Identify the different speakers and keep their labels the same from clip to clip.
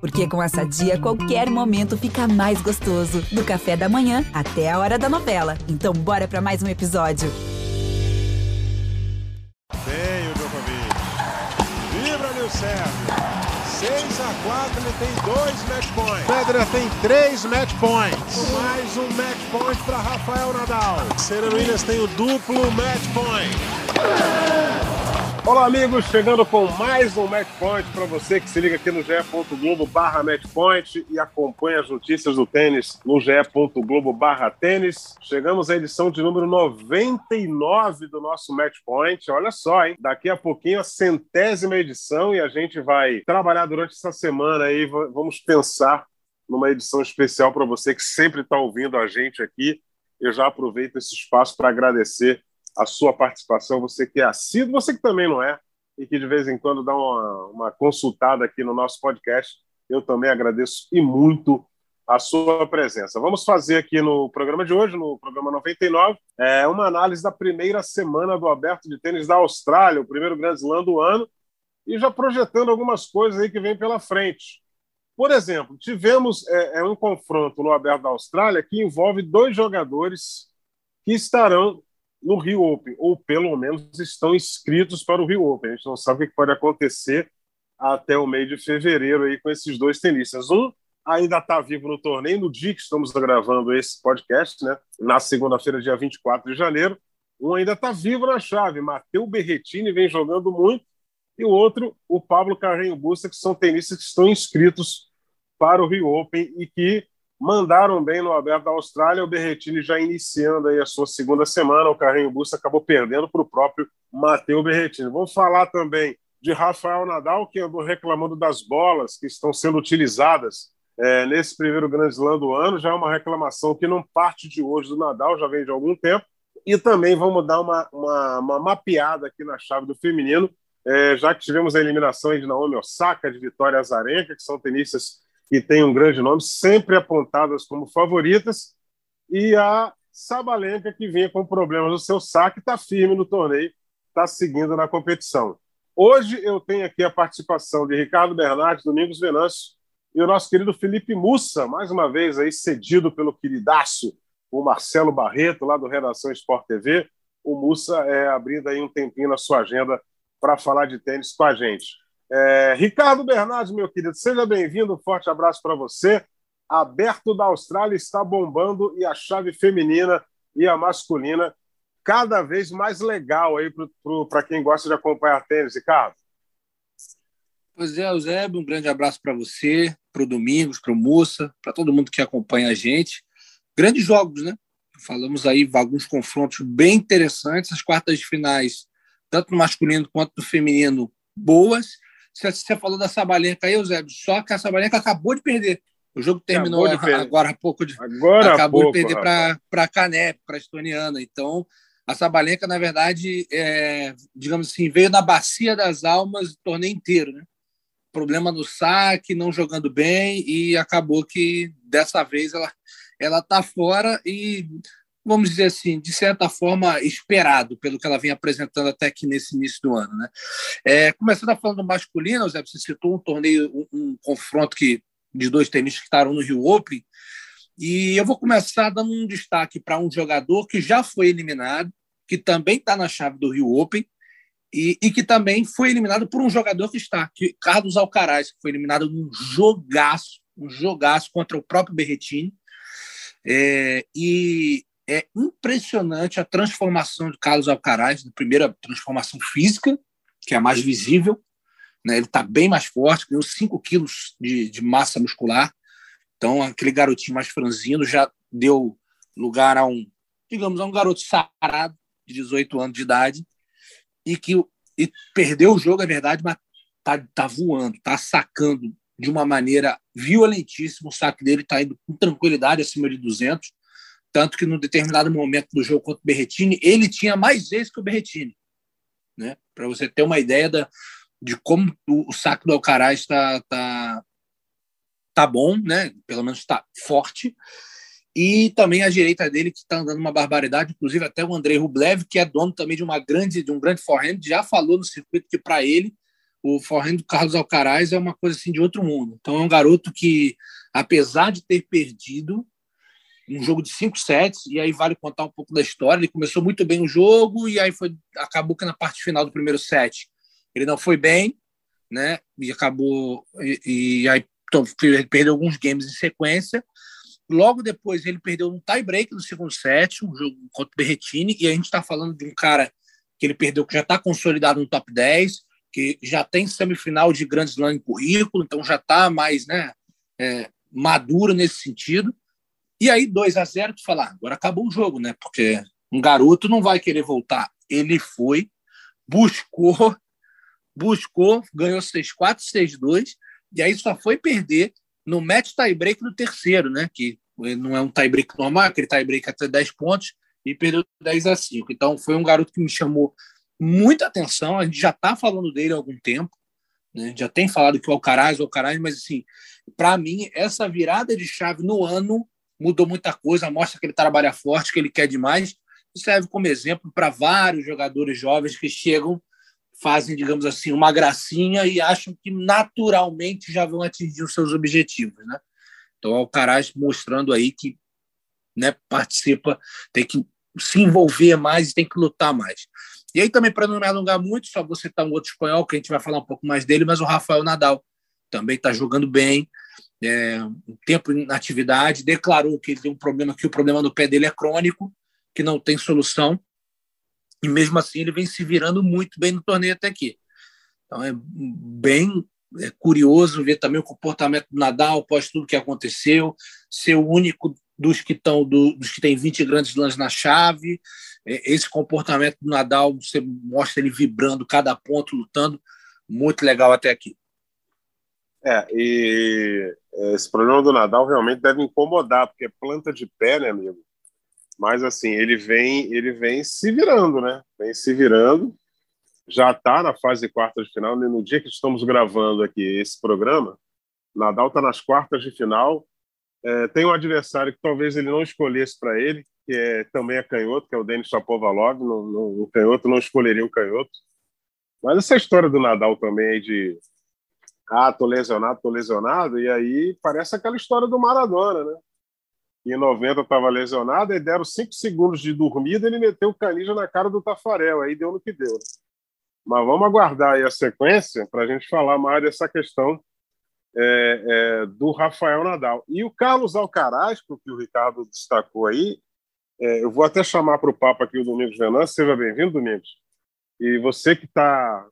Speaker 1: Porque com a Sadia, qualquer momento fica mais gostoso. Do café da manhã até a hora da novela. Então bora pra mais um episódio.
Speaker 2: Bem, o Djokovic. Vibra, meu Sérgio. 6-4, ele tem 2 match points. Federer tem 3 match points. Mais um match point para Rafael Nadal. Serena Williams tem o duplo match point. Olá, amigos, chegando com mais um Match Point para você que se liga aqui no ge.globo/matchpoint e acompanha as notícias do tênis no ge.globo/tênis. Chegamos à edição de número 99 do nosso Match Point. Olha só, hein? Daqui a pouquinho a 100ª edição e a gente vai trabalhar durante essa semana aí. Vamos pensar numa edição especial para você que sempre está ouvindo a gente aqui. Eu já aproveito esse espaço para agradecer a sua participação, você que é assíduo, você que também não é, e que de vez em quando dá uma consultada aqui no nosso podcast, eu também agradeço e muito a sua presença. Vamos fazer aqui no programa de hoje, no programa 99, uma análise da primeira semana do Aberto de Tênis da Austrália, o primeiro Grand Slam do ano, e já projetando algumas coisas aí que vem pela frente. Por exemplo, tivemos um confronto no Aberto da Austrália que envolve 2 jogadores que estarão no Rio Open, ou pelo menos estão inscritos para o Rio Open. A gente não sabe o que pode acontecer até o mês de fevereiro aí com esses 2 tenistas. Um ainda está vivo no torneio, no dia que estamos gravando esse podcast, né? Na segunda-feira, dia 24 de janeiro. Um ainda está vivo na chave, Matteo Berrettini vem jogando muito, e o outro, o Pablo Carreño Busta, que são tenistas que estão inscritos para o Rio Open e que mandaram bem no Aberto da Austrália. O Berrettini já iniciando aí a sua segunda semana, o Carreño Busta acabou perdendo para o próprio Matteo Berrettini. Vamos falar também de Rafael Nadal, que andou reclamando das bolas que estão sendo utilizadas nesse primeiro Grand Slam do ano. Já é uma reclamação que não parte de hoje do Nadal, já vem de algum tempo. E também vamos dar uma mapeada aqui na chave do feminino, já que tivemos a eliminação aí de Naomi Osaka, de Vitória Azarenka, que são tenistas que tem um grande nome, sempre apontadas como favoritas, e a Sabalenka, que vinha com problemas no seu saque, está firme no torneio, está seguindo na competição. Hoje eu tenho aqui a participação de Ricardo Bernardes, Domingos Venâncio, e o nosso querido Felipe Mussa, mais uma vez aí cedido pelo queridaço, o Marcelo Barreto, lá do Redação Sport TV. O Mussa abrindo aí um tempinho na sua agenda para falar de tênis com a gente. Ricardo Bernardes, meu querido, seja bem-vindo, um forte abraço para você. Aberto da Austrália está bombando e a chave feminina e a masculina cada vez mais legal aí para quem gosta de acompanhar tênis, Ricardo.
Speaker 3: Pois é, Eusébio, um grande abraço para você, para o Domingos, para o Mussa, para todo mundo que acompanha a gente. Grandes jogos, né? Falamos aí alguns confrontos bem interessantes, as quartas de finais, tanto no masculino quanto no feminino, boas. Você falou da Sabalenka aí, Eusébio, só que a Sabalenka acabou de perder. O jogo terminou agora há pouco. Acabou de perder para a Canep, para a estoniana. Então, a Sabalenka, na verdade, digamos assim, veio na bacia das almas o torneio inteiro, né? Problema no saque, não jogando bem, e acabou que, dessa vez, ela está fora e, vamos dizer assim, de certa forma, esperado pelo que ela vem apresentando até aqui nesse início do ano, né? Começando a falar do masculino, Zé, você citou um torneio, um confronto de 2 tenistas que estavam no Rio Open, e eu vou começar dando um destaque para um jogador que já foi eliminado, que também está na chave do Rio Open, e que também foi eliminado por um jogador Carlos Alcaraz, que foi eliminado num jogaço contra o próprio Berrettini, e é impressionante a transformação de Carlos Alcaraz, a primeira transformação física, que é a mais visível, né? Ele está bem mais forte, ganhou 5 quilos de massa muscular, então aquele garotinho mais franzino já deu lugar a um garoto sarado de 18 anos de idade e perdeu o jogo, é verdade, mas tá voando, tá sacando de uma maneira violentíssima, o saque dele está indo com tranquilidade acima de 200, tanto que, num determinado momento do jogo contra o Berrettini, ele tinha mais vezes que o Berrettini, né? Para você ter uma ideia de como o saque do Alcaraz está bom, né? Pelo menos está forte, e também a direita dele, que está andando uma barbaridade. Inclusive até o Andrei Rublev, que é dono também de um grande forehand, já falou no circuito que, para ele, o forehand do Carlos Alcaraz é uma coisa assim de outro mundo. Então é um garoto que, apesar de ter perdido um jogo de 5 sets, e aí vale contar um pouco da história, ele começou muito bem o jogo e aí acabou que na parte final do primeiro set ele não foi bem, né? E acabou e aí então, ele perdeu alguns games em sequência. Logo depois ele perdeu um tie-break no segundo set, um jogo contra o Berrettini, e a gente está falando de um cara que ele perdeu, que já está consolidado no top 10, que já tem semifinal de Grand Slam em currículo, então já está mais, né, maduro nesse sentido. E aí 2-0, tu fala, agora acabou o jogo, né? Porque um garoto não vai querer voltar. Ele foi, buscou, ganhou 6-4, 6-2, e aí só foi perder no match tie-break do terceiro, né? Que não é um tie-break normal, aquele tie-break até 10 pontos, e perdeu 10-5. Então foi um garoto que me chamou muita atenção, a gente já está falando dele há algum tempo, né? A gente já tem falado que o Alcaraz, mas assim, para mim, essa virada de chave no ano mudou muita coisa, mostra que ele trabalha forte, que ele quer demais, e serve como exemplo para vários jogadores jovens que chegam, fazem, digamos assim, uma gracinha e acham que naturalmente já vão atingir os seus objetivos, né? Então, o Alcaraz mostrando aí que, né, participa, tem que se envolver mais e tem que lutar mais. E aí também, para não me alongar muito, só vou citar um outro espanhol, que a gente vai falar um pouco mais dele, mas o Rafael Nadal também está jogando bem, um tempo na atividade, declarou que ele tem um problema, que o problema no pé dele é crônico, que não tem solução, e mesmo assim ele vem se virando muito bem no torneio até aqui. Então é bem curioso ver também o comportamento do Nadal após tudo que aconteceu, ser o único dos que tem 20 grandes slams na chave. Esse comportamento do Nadal, você mostra ele vibrando cada ponto, lutando, muito legal até aqui.
Speaker 2: E esse problema do Nadal realmente deve incomodar, porque é planta de pé, né, amigo? Mas, assim, ele vem se virando, né? Vem se virando. Já está na fase de quartas de final. No dia que estamos gravando aqui esse programa, Nadal está nas quartas de final. Tem um adversário que talvez ele não escolhesse para ele, que também é canhoto, que é o Denis Shapovalov. No canhoto não escolheria o canhoto. Mas essa história do Nadal também aí de tô lesionado, e aí parece aquela história do Maradona, né? Em 90 estava lesionado, e deram 5 segundos de dormida, ele meteu o canija na cara do Tafarel, aí deu no que deu. Né? Mas vamos aguardar aí a sequência para a gente falar mais dessa questão do Rafael Nadal. E o Carlos Alcaraz, que o Ricardo destacou aí, eu vou até chamar para o papo aqui o Domingos Venâncio. Seja bem-vindo, Domingos. E você que está...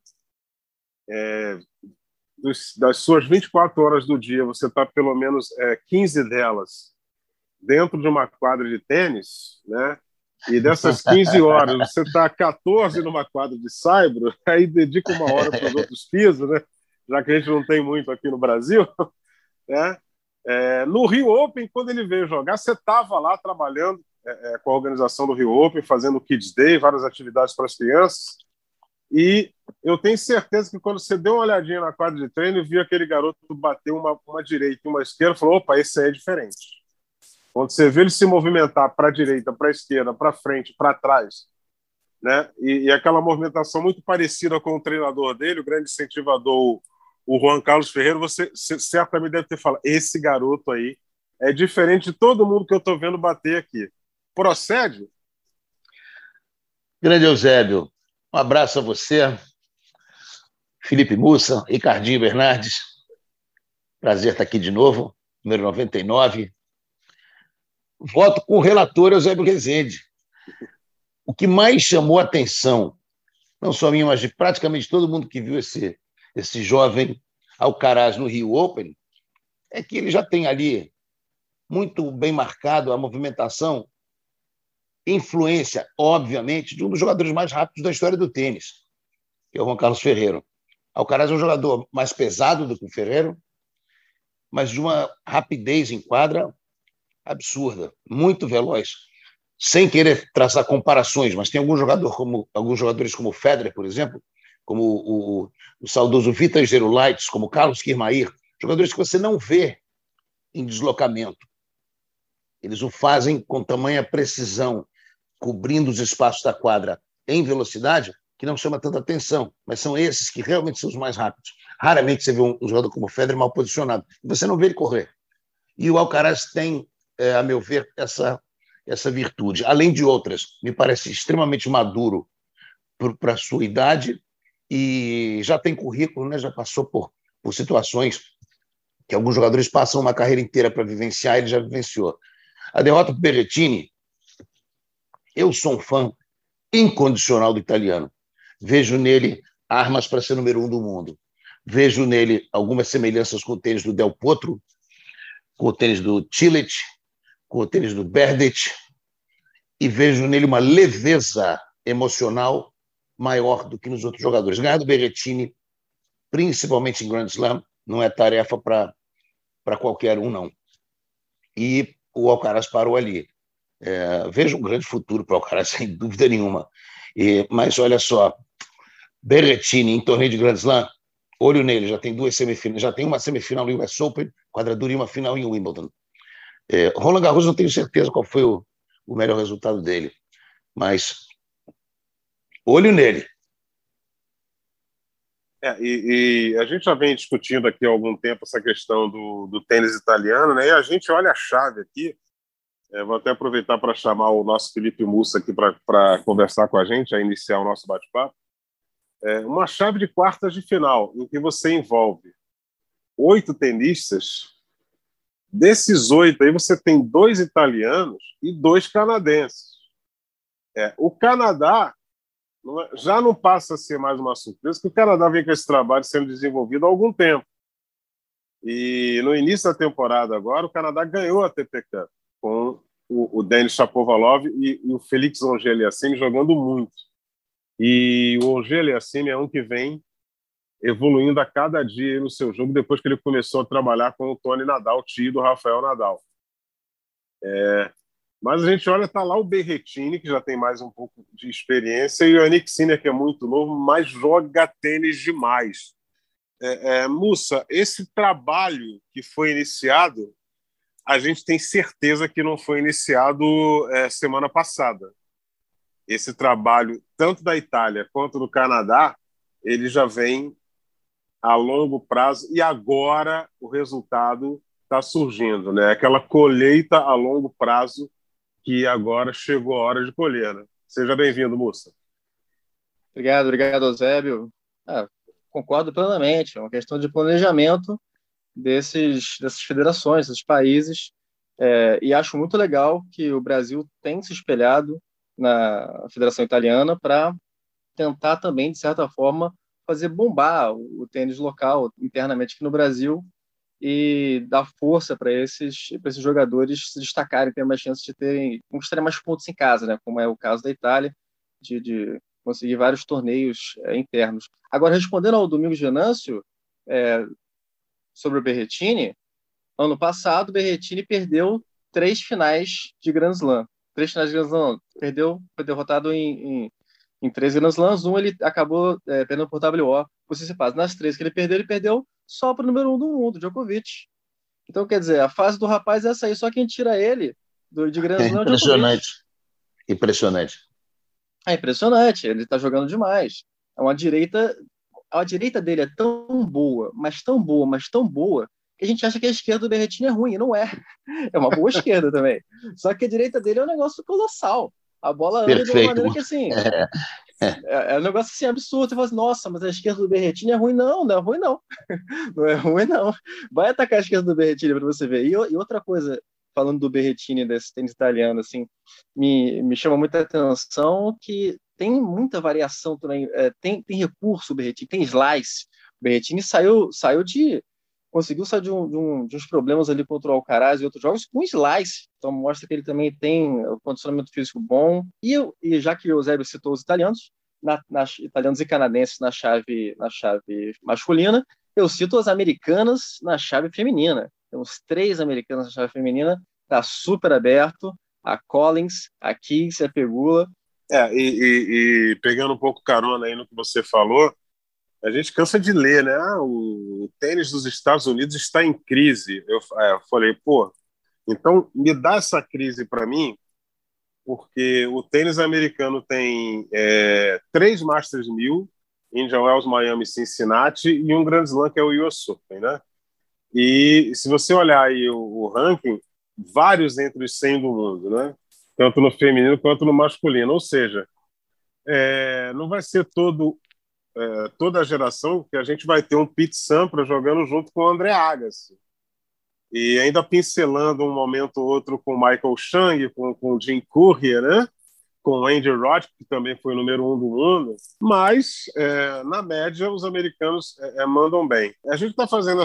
Speaker 2: das suas 24 horas do dia, você está pelo menos 15 delas dentro de uma quadra de tênis, né? E dessas 15 horas, você está 14 numa quadra de saibro, aí dedica uma hora para os outros pisos, né? Já que a gente não tem muito aqui no Brasil. Né? No Rio Open, quando ele veio jogar, você estava lá trabalhando com a organização do Rio Open, fazendo o Kids Day, várias atividades para as crianças. E eu tenho certeza que quando você deu uma olhadinha na quadra de treino e viu aquele garoto bater uma direita e uma esquerda, falou, opa, esse aí é diferente. Quando você vê ele se movimentar para a direita, para a esquerda, para frente, para trás, né? E aquela movimentação muito parecida com o treinador dele, o grande incentivador, o Juan Carlos Ferreira, você certamente deve ter falado, esse garoto aí é diferente de todo mundo que eu estou vendo bater aqui. Procede?
Speaker 4: Grande Eusébio, um abraço a você, Felipe Mussa, Ricardinho Bernardes. Prazer estar aqui de novo, número 99. Voto com o relator Eusébio Rezende. O que mais chamou a atenção, não só a mim, mas de praticamente todo mundo que viu esse jovem Alcaraz no Rio Open, é que ele já tem ali muito bem marcado a movimentação, influência, obviamente, de um dos jogadores mais rápidos da história do tênis, que é o Juan Carlos Ferrero. Alcaraz é um jogador mais pesado do que o Ferrero, mas de uma rapidez em quadra absurda, muito veloz, sem querer traçar comparações, mas tem alguns jogadores como o Federer, por exemplo, como o saudoso Vitor Gerulaitis, como Carlos Kirmair, jogadores que você não vê em deslocamento. Eles o fazem com tamanha precisão, cobrindo os espaços da quadra em velocidade, que não chama tanta atenção, mas são esses que realmente são os mais rápidos. Raramente você vê um jogador como o Federer mal posicionado. Você não vê ele correr. E o Alcaraz tem, a meu ver, essa virtude. Além de outras, me parece extremamente maduro para a sua idade e já tem currículo, né? Já passou por situações que alguns jogadores passam uma carreira inteira para vivenciar, ele já vivenciou. A derrota para o Berrettini, eu sou um fã incondicional do italiano. Vejo nele armas para ser número 1 do mundo. Vejo nele algumas semelhanças com o tênis do Del Potro, com o tênis do Cilic, com o tênis do Berdych, e vejo nele uma leveza emocional maior do que nos outros jogadores. Ganhar do Berrettini, principalmente em Grand Slam, não é tarefa para qualquer um, não. E o Alcaraz parou ali. Vejo um grande futuro para o Alcaraz, sem dúvida nenhuma. Mas olha só, Berrettini em torneio de Grand Slam, olho nele, já tem 2 semifinais, já tem uma semifinal no US Open, quadradura e uma final em Wimbledon. Roland Garros não tenho certeza qual foi o melhor resultado dele, mas olho nele.
Speaker 2: E a gente já vem discutindo aqui há algum tempo essa questão do tênis italiano, né? E a gente olha a chave aqui. Vou até aproveitar para chamar o nosso Felipe Mussa aqui para conversar com a gente, a iniciar o nosso bate-papo. Uma chave de quartas de final, em que você envolve 8 tenistas. Desses 8 aí, você tem 2 italianos e 2 canadenses. O Canadá já não passa a ser mais uma surpresa, porque o Canadá vem com esse trabalho sendo desenvolvido há algum tempo. E no início da temporada agora, o Canadá ganhou a ATP Cup com o Denis Shapovalov e o Félix Auger-Aliassime jogando muito. E o Auger-Aliassime é um que vem evoluindo a cada dia no seu jogo, depois que ele começou a trabalhar com o Tony Nadal, tio do Rafael Nadal. Mas a gente olha, está lá o Berrettini, que já tem mais um pouco de experiência, e o Jannik Sinner, que é muito novo, mas joga tênis demais. Mussa, esse trabalho que foi iniciado, a gente tem certeza que não foi iniciado semana passada. Esse trabalho, tanto da Itália quanto do Canadá, ele já vem a longo prazo, e agora o resultado está surgindo, né? Aquela colheita a longo prazo que agora chegou a hora de colher, né? Seja bem-vindo, Mussa.
Speaker 5: Obrigado, Eusébio. Concordo plenamente. É uma questão de planejamento dessas federações, desses países, e acho muito legal que o Brasil tem se espelhado na Federação Italiana para tentar também, de certa forma, fazer bombar o tênis local internamente aqui no Brasil e dar força para esses jogadores se destacarem, ter mais chances de conquistarem mais pontos em casa, né? Como é o caso da Itália, de conseguir vários torneios internos. Agora, respondendo ao Domingos Venâncio, sobre o Berrettini, ano passado o Berrettini perdeu 3 finais de Grand Slam. 3 finais de Grand Slam. Foi derrotado em 3 Grand Slams. Ele acabou perdendo por WO, por Tsitsipas. Nas 3 que ele perdeu só para o número 1 do mundo, Djokovic. Então, quer dizer, a fase do rapaz é essa aí, só quem tira ele de Grand Slam é o Djokovic.
Speaker 4: Impressionante.
Speaker 5: É impressionante, ele está jogando demais. A direita dele é tão boa, mas tão boa, que a gente acha que a esquerda do Berrettini é ruim, e não é. É uma boa esquerda também. Só que a direita dele é um negócio colossal. A bola anda de uma maneira que, assim, é um negócio assim, absurdo. Você fala assim, nossa, mas a esquerda do Berrettini é ruim. Não é ruim, não. Não é ruim, não. Vai atacar a esquerda do Berrettini para você ver. E outra coisa, falando do Berrettini, desse tênis italiano, assim, me chama muita atenção que tem muita variação também. Tem recurso o Berrettini, tem slice. O Berrettini conseguiu sair de uns problemas ali contra o Alcaraz e outros jogos com slice. Então mostra que ele também tem um condicionamento físico bom. E já que o Eusébio citou os italianos, italianos e canadenses na chave masculina, eu cito as americanas na chave feminina. Temos 3 americanas na chave feminina, está super aberto. A Collins, a Keys, a Pegula.
Speaker 2: E pegando um pouco carona aí no que você falou, a gente cansa de ler, né? O tênis dos Estados Unidos está em crise. Eu falei, então me dá essa crise para mim, porque o tênis americano tem 3 Masters 1000, Indian Wells, Miami, Cincinnati, e um Grand Slam que é o US Open, né? E se você olhar aí o ranking, vários entre os 100 do mundo, né? Tanto no feminino quanto no masculino. Ou seja, não vai ser toda a geração que a gente vai ter um Pete Sampras jogando junto com o André Agassi. E ainda pincelando um momento ou outro com o Michael Chang, com o Jim Courier, né? Com o Andy Roddick, que também foi o número 1 do mundo. Mas, na média, os americanos mandam bem. A gente está fazendo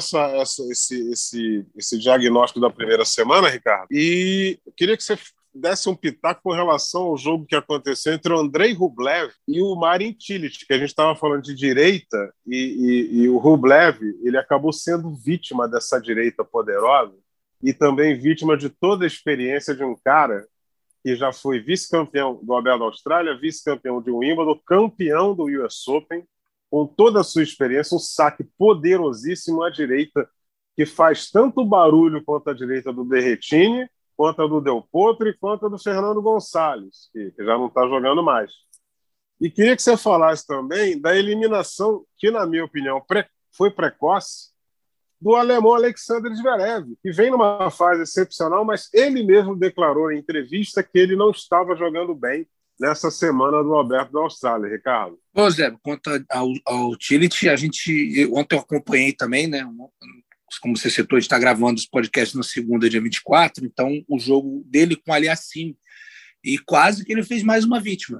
Speaker 2: esse diagnóstico da primeira semana, Ricardo, e queria que você desse um pitaco com relação ao jogo que aconteceu entre o Andrei Rublev e o Marin Cilic, que a gente estava falando de direita, e o Rublev ele acabou sendo vítima dessa direita poderosa e também vítima de toda a experiência de um cara que já foi vice-campeão do Aberto da Austrália, vice-campeão de Wimbledon, campeão do US Open, com toda a sua experiência, um saque poderosíssimo à direita, que faz tanto barulho quanto a direita do Berrettini, quanto a do Del Potro e quanto a do Fernando Gonçalves, que já não está jogando mais. E queria que você falasse também da eliminação, que, na minha opinião, foi precoce, do alemão Alexander Zverev, que vem numa fase excepcional, mas ele mesmo declarou em entrevista que ele não estava jogando bem nessa semana do Aberto da Austrália, Ricardo.
Speaker 3: Ô, Zé, quanto ao Cilic, ontem eu acompanhei também, né? Como você citou, a gente está gravando os podcasts na segunda, dia 24, então o jogo dele com o Aliassime, e quase que ele fez mais uma vítima,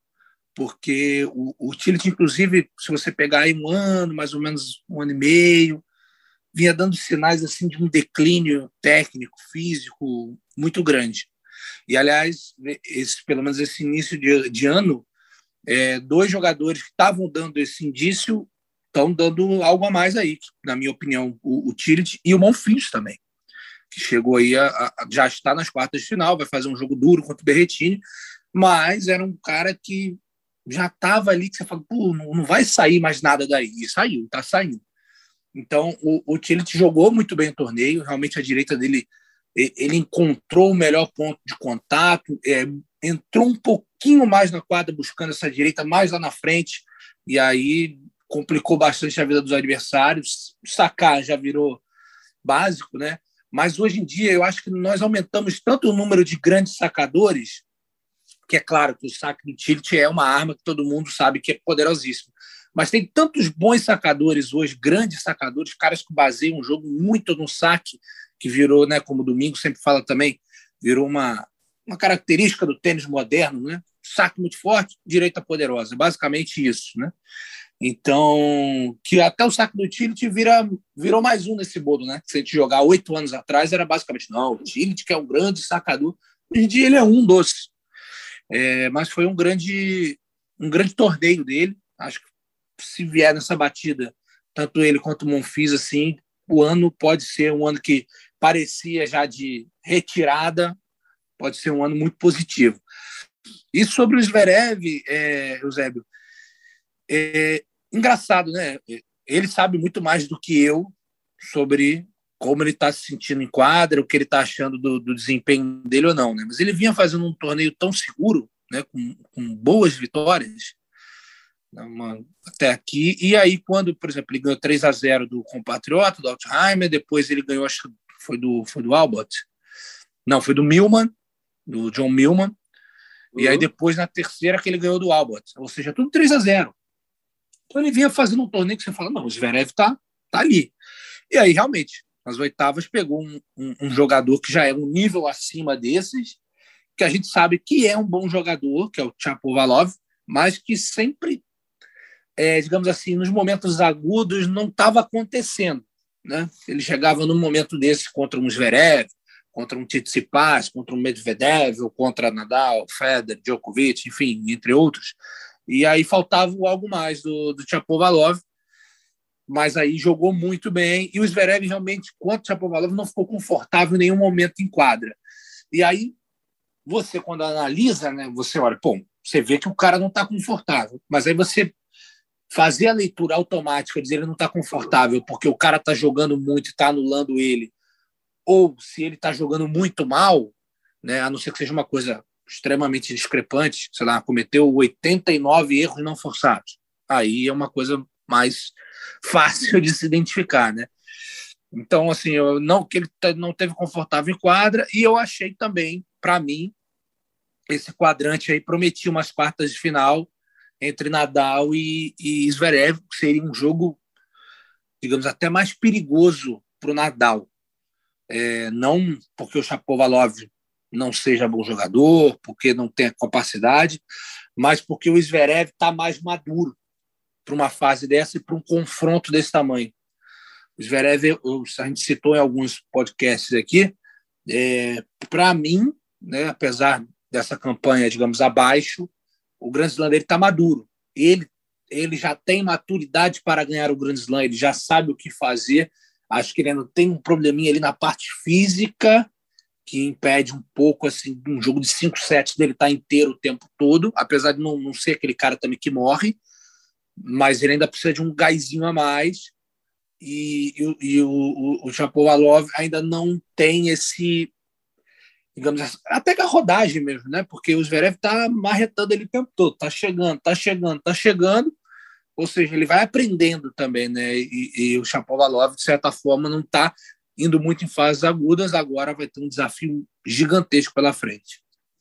Speaker 3: porque o Cilic, inclusive, se você pegar aí um ano, mais ou menos um ano e meio, vinha dando sinais assim de um declínio técnico, físico muito grande. E, aliás, pelo menos esse início de ano, 2 jogadores que estavam dando esse indício estão dando algo a mais aí, na minha opinião, o Cilic e o Monfils também, que chegou aí já está nas quartas de final, vai fazer um jogo duro contra o Berrettini, mas era um cara que já estava ali, que você fala, pô, não vai sair mais nada daí, e saiu, está saindo. Então, o Cilic jogou muito bem o torneio, realmente a direita dele, ele encontrou o melhor ponto de contato, entrou um pouquinho mais na quadra, buscando essa direita mais lá na frente, e aí complicou bastante a vida dos adversários. Sacar já virou básico, né? Mas hoje em dia eu acho que nós aumentamos tanto o número de grandes sacadores, que é claro que o saque do Cilic é uma arma que todo mundo sabe que é poderosíssima. Mas tem tantos bons sacadores hoje, grandes sacadores, caras que baseiam um jogo muito no saque, que virou, né, como o Domingo sempre fala também, virou uma característica do tênis moderno, né? Saque muito forte, direita poderosa, basicamente isso, né? Então, que até o saque do Cilic virou mais um nesse bolo, né? Se a gente jogar 8 anos atrás, era basicamente, não, o Cilic que é um grande sacador, hoje em dia ele é um doce. Mas foi um grande torneio dele, acho que se vier nessa batida, tanto ele quanto o Monfils, assim, o ano pode ser um ano que parecia já de retirada, pode ser um ano muito positivo. E sobre o Zverev, Eusébio, engraçado, né? Ele sabe muito mais do que eu sobre como ele está se sentindo em quadra, o que ele está achando do desempenho dele ou não, né? Mas ele vinha fazendo um torneio tão seguro, né? Com boas vitórias, até aqui, e aí quando, por exemplo, ele ganhou 3-0 do compatriota, do Altheimer, depois ele ganhou, acho que foi do Albot, não, foi do Millman, do John Millman, e aí depois na terceira que ele ganhou do Albot, ou seja, tudo 3-0. Então ele vinha fazendo um torneio que você fala, não, o Zverev tá ali. E aí realmente, nas oitavas pegou um jogador que já é um nível acima desses, que a gente sabe que é um bom jogador, que é o Shapovalov, mas que sempre, digamos assim, nos momentos agudos não estava acontecendo, né? Ele chegava num momento desse contra um Zverev, contra um Tsitsipas, contra um Medvedev, ou contra Nadal, Federer, Djokovic, enfim, entre outros. E aí faltava algo mais do Shapovalov, mas aí jogou muito bem. E o Zverev realmente, quanto o Shapovalov, não ficou confortável em nenhum momento em quadra. E aí, você, quando analisa, né, você olha, pô, você vê que o cara não está confortável. Mas aí você fazer a leitura automática, dizer ele não está confortável porque o cara está jogando muito e está anulando ele, ou se ele está jogando muito mal, né, a não ser que seja uma coisa extremamente discrepantes, sei lá, cometeu 89 erros não forçados. Aí é uma coisa mais fácil de se identificar, né? Então, assim, que ele não teve confortável em quadra, e eu achei também, para mim, esse quadrante aí prometia umas quartas de final entre Nadal e Zverev, que seria um jogo, digamos, até mais perigoso para o Nadal. Não porque o Shapovalov não seja bom jogador, porque não tem a capacidade, mas porque o Zverev está mais maduro para uma fase dessa e para um confronto desse tamanho. O Zverev, a gente citou em alguns podcasts aqui, para mim, né, apesar dessa campanha, digamos, abaixo, o Grand Slam dele está maduro. Ele já tem maturidade para ganhar o Grand Slam, ele já sabe o que fazer. Acho que ele ainda tem um probleminha ali na parte física que impede um pouco assim, um jogo de 5 sets dele estar inteiro o tempo todo, apesar de não ser aquele cara também que morre, mas ele ainda precisa de um gásinho a mais, e o Shapovalov ainda não tem esse, digamos, até que a rodagem mesmo, né? Porque o Zverev está marretando ele o tempo todo, está chegando, ou seja, ele vai aprendendo também, né? E o Shapovalov, de certa forma, não está indo muito em fases agudas, agora vai ter um desafio gigantesco pela frente.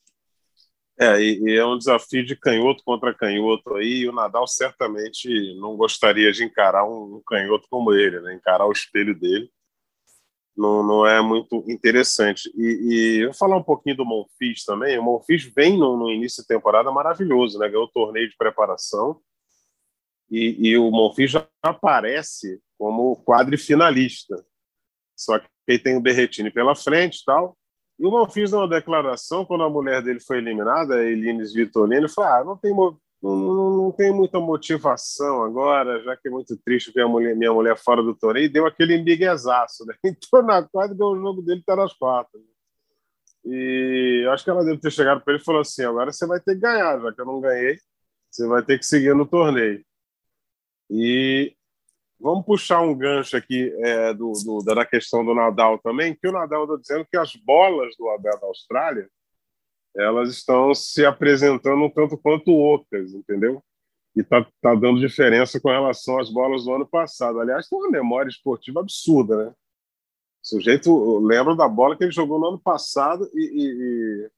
Speaker 2: E é um desafio de canhoto contra canhoto aí, e o Nadal certamente não gostaria de encarar um canhoto como ele, né? Encarar o espelho dele. Não é muito interessante. E eu vou falar um pouquinho do Monfils também. O Monfils vem no início de temporada maravilhoso, né? Ganhou o torneio de preparação, e o Monfils já aparece como quadrifinalista. Só que ele tem o Berrettini pela frente e tal. E o Monfils, numa declaração, quando a mulher dele foi eliminada, a Eline Svitolina, falou: não tem muita motivação agora, já que é muito triste ver minha mulher fora do torneio, e deu aquele embiguezaço, né? Entrou na quadra e o jogo dele está nas quartas. E eu acho que ela deve ter chegado para ele e falou assim: agora você vai ter que ganhar, já que eu não ganhei, você vai ter que seguir no torneio. E vamos puxar um gancho aqui da questão do Nadal também, que o Nadal está dizendo que as bolas do Abel da Austrália, elas estão se apresentando um tanto quanto ocas, entendeu? E tá dando diferença com relação às bolas do ano passado. Aliás, tem uma memória esportiva absurda, né? O sujeito lembra da bola que ele jogou no ano passado e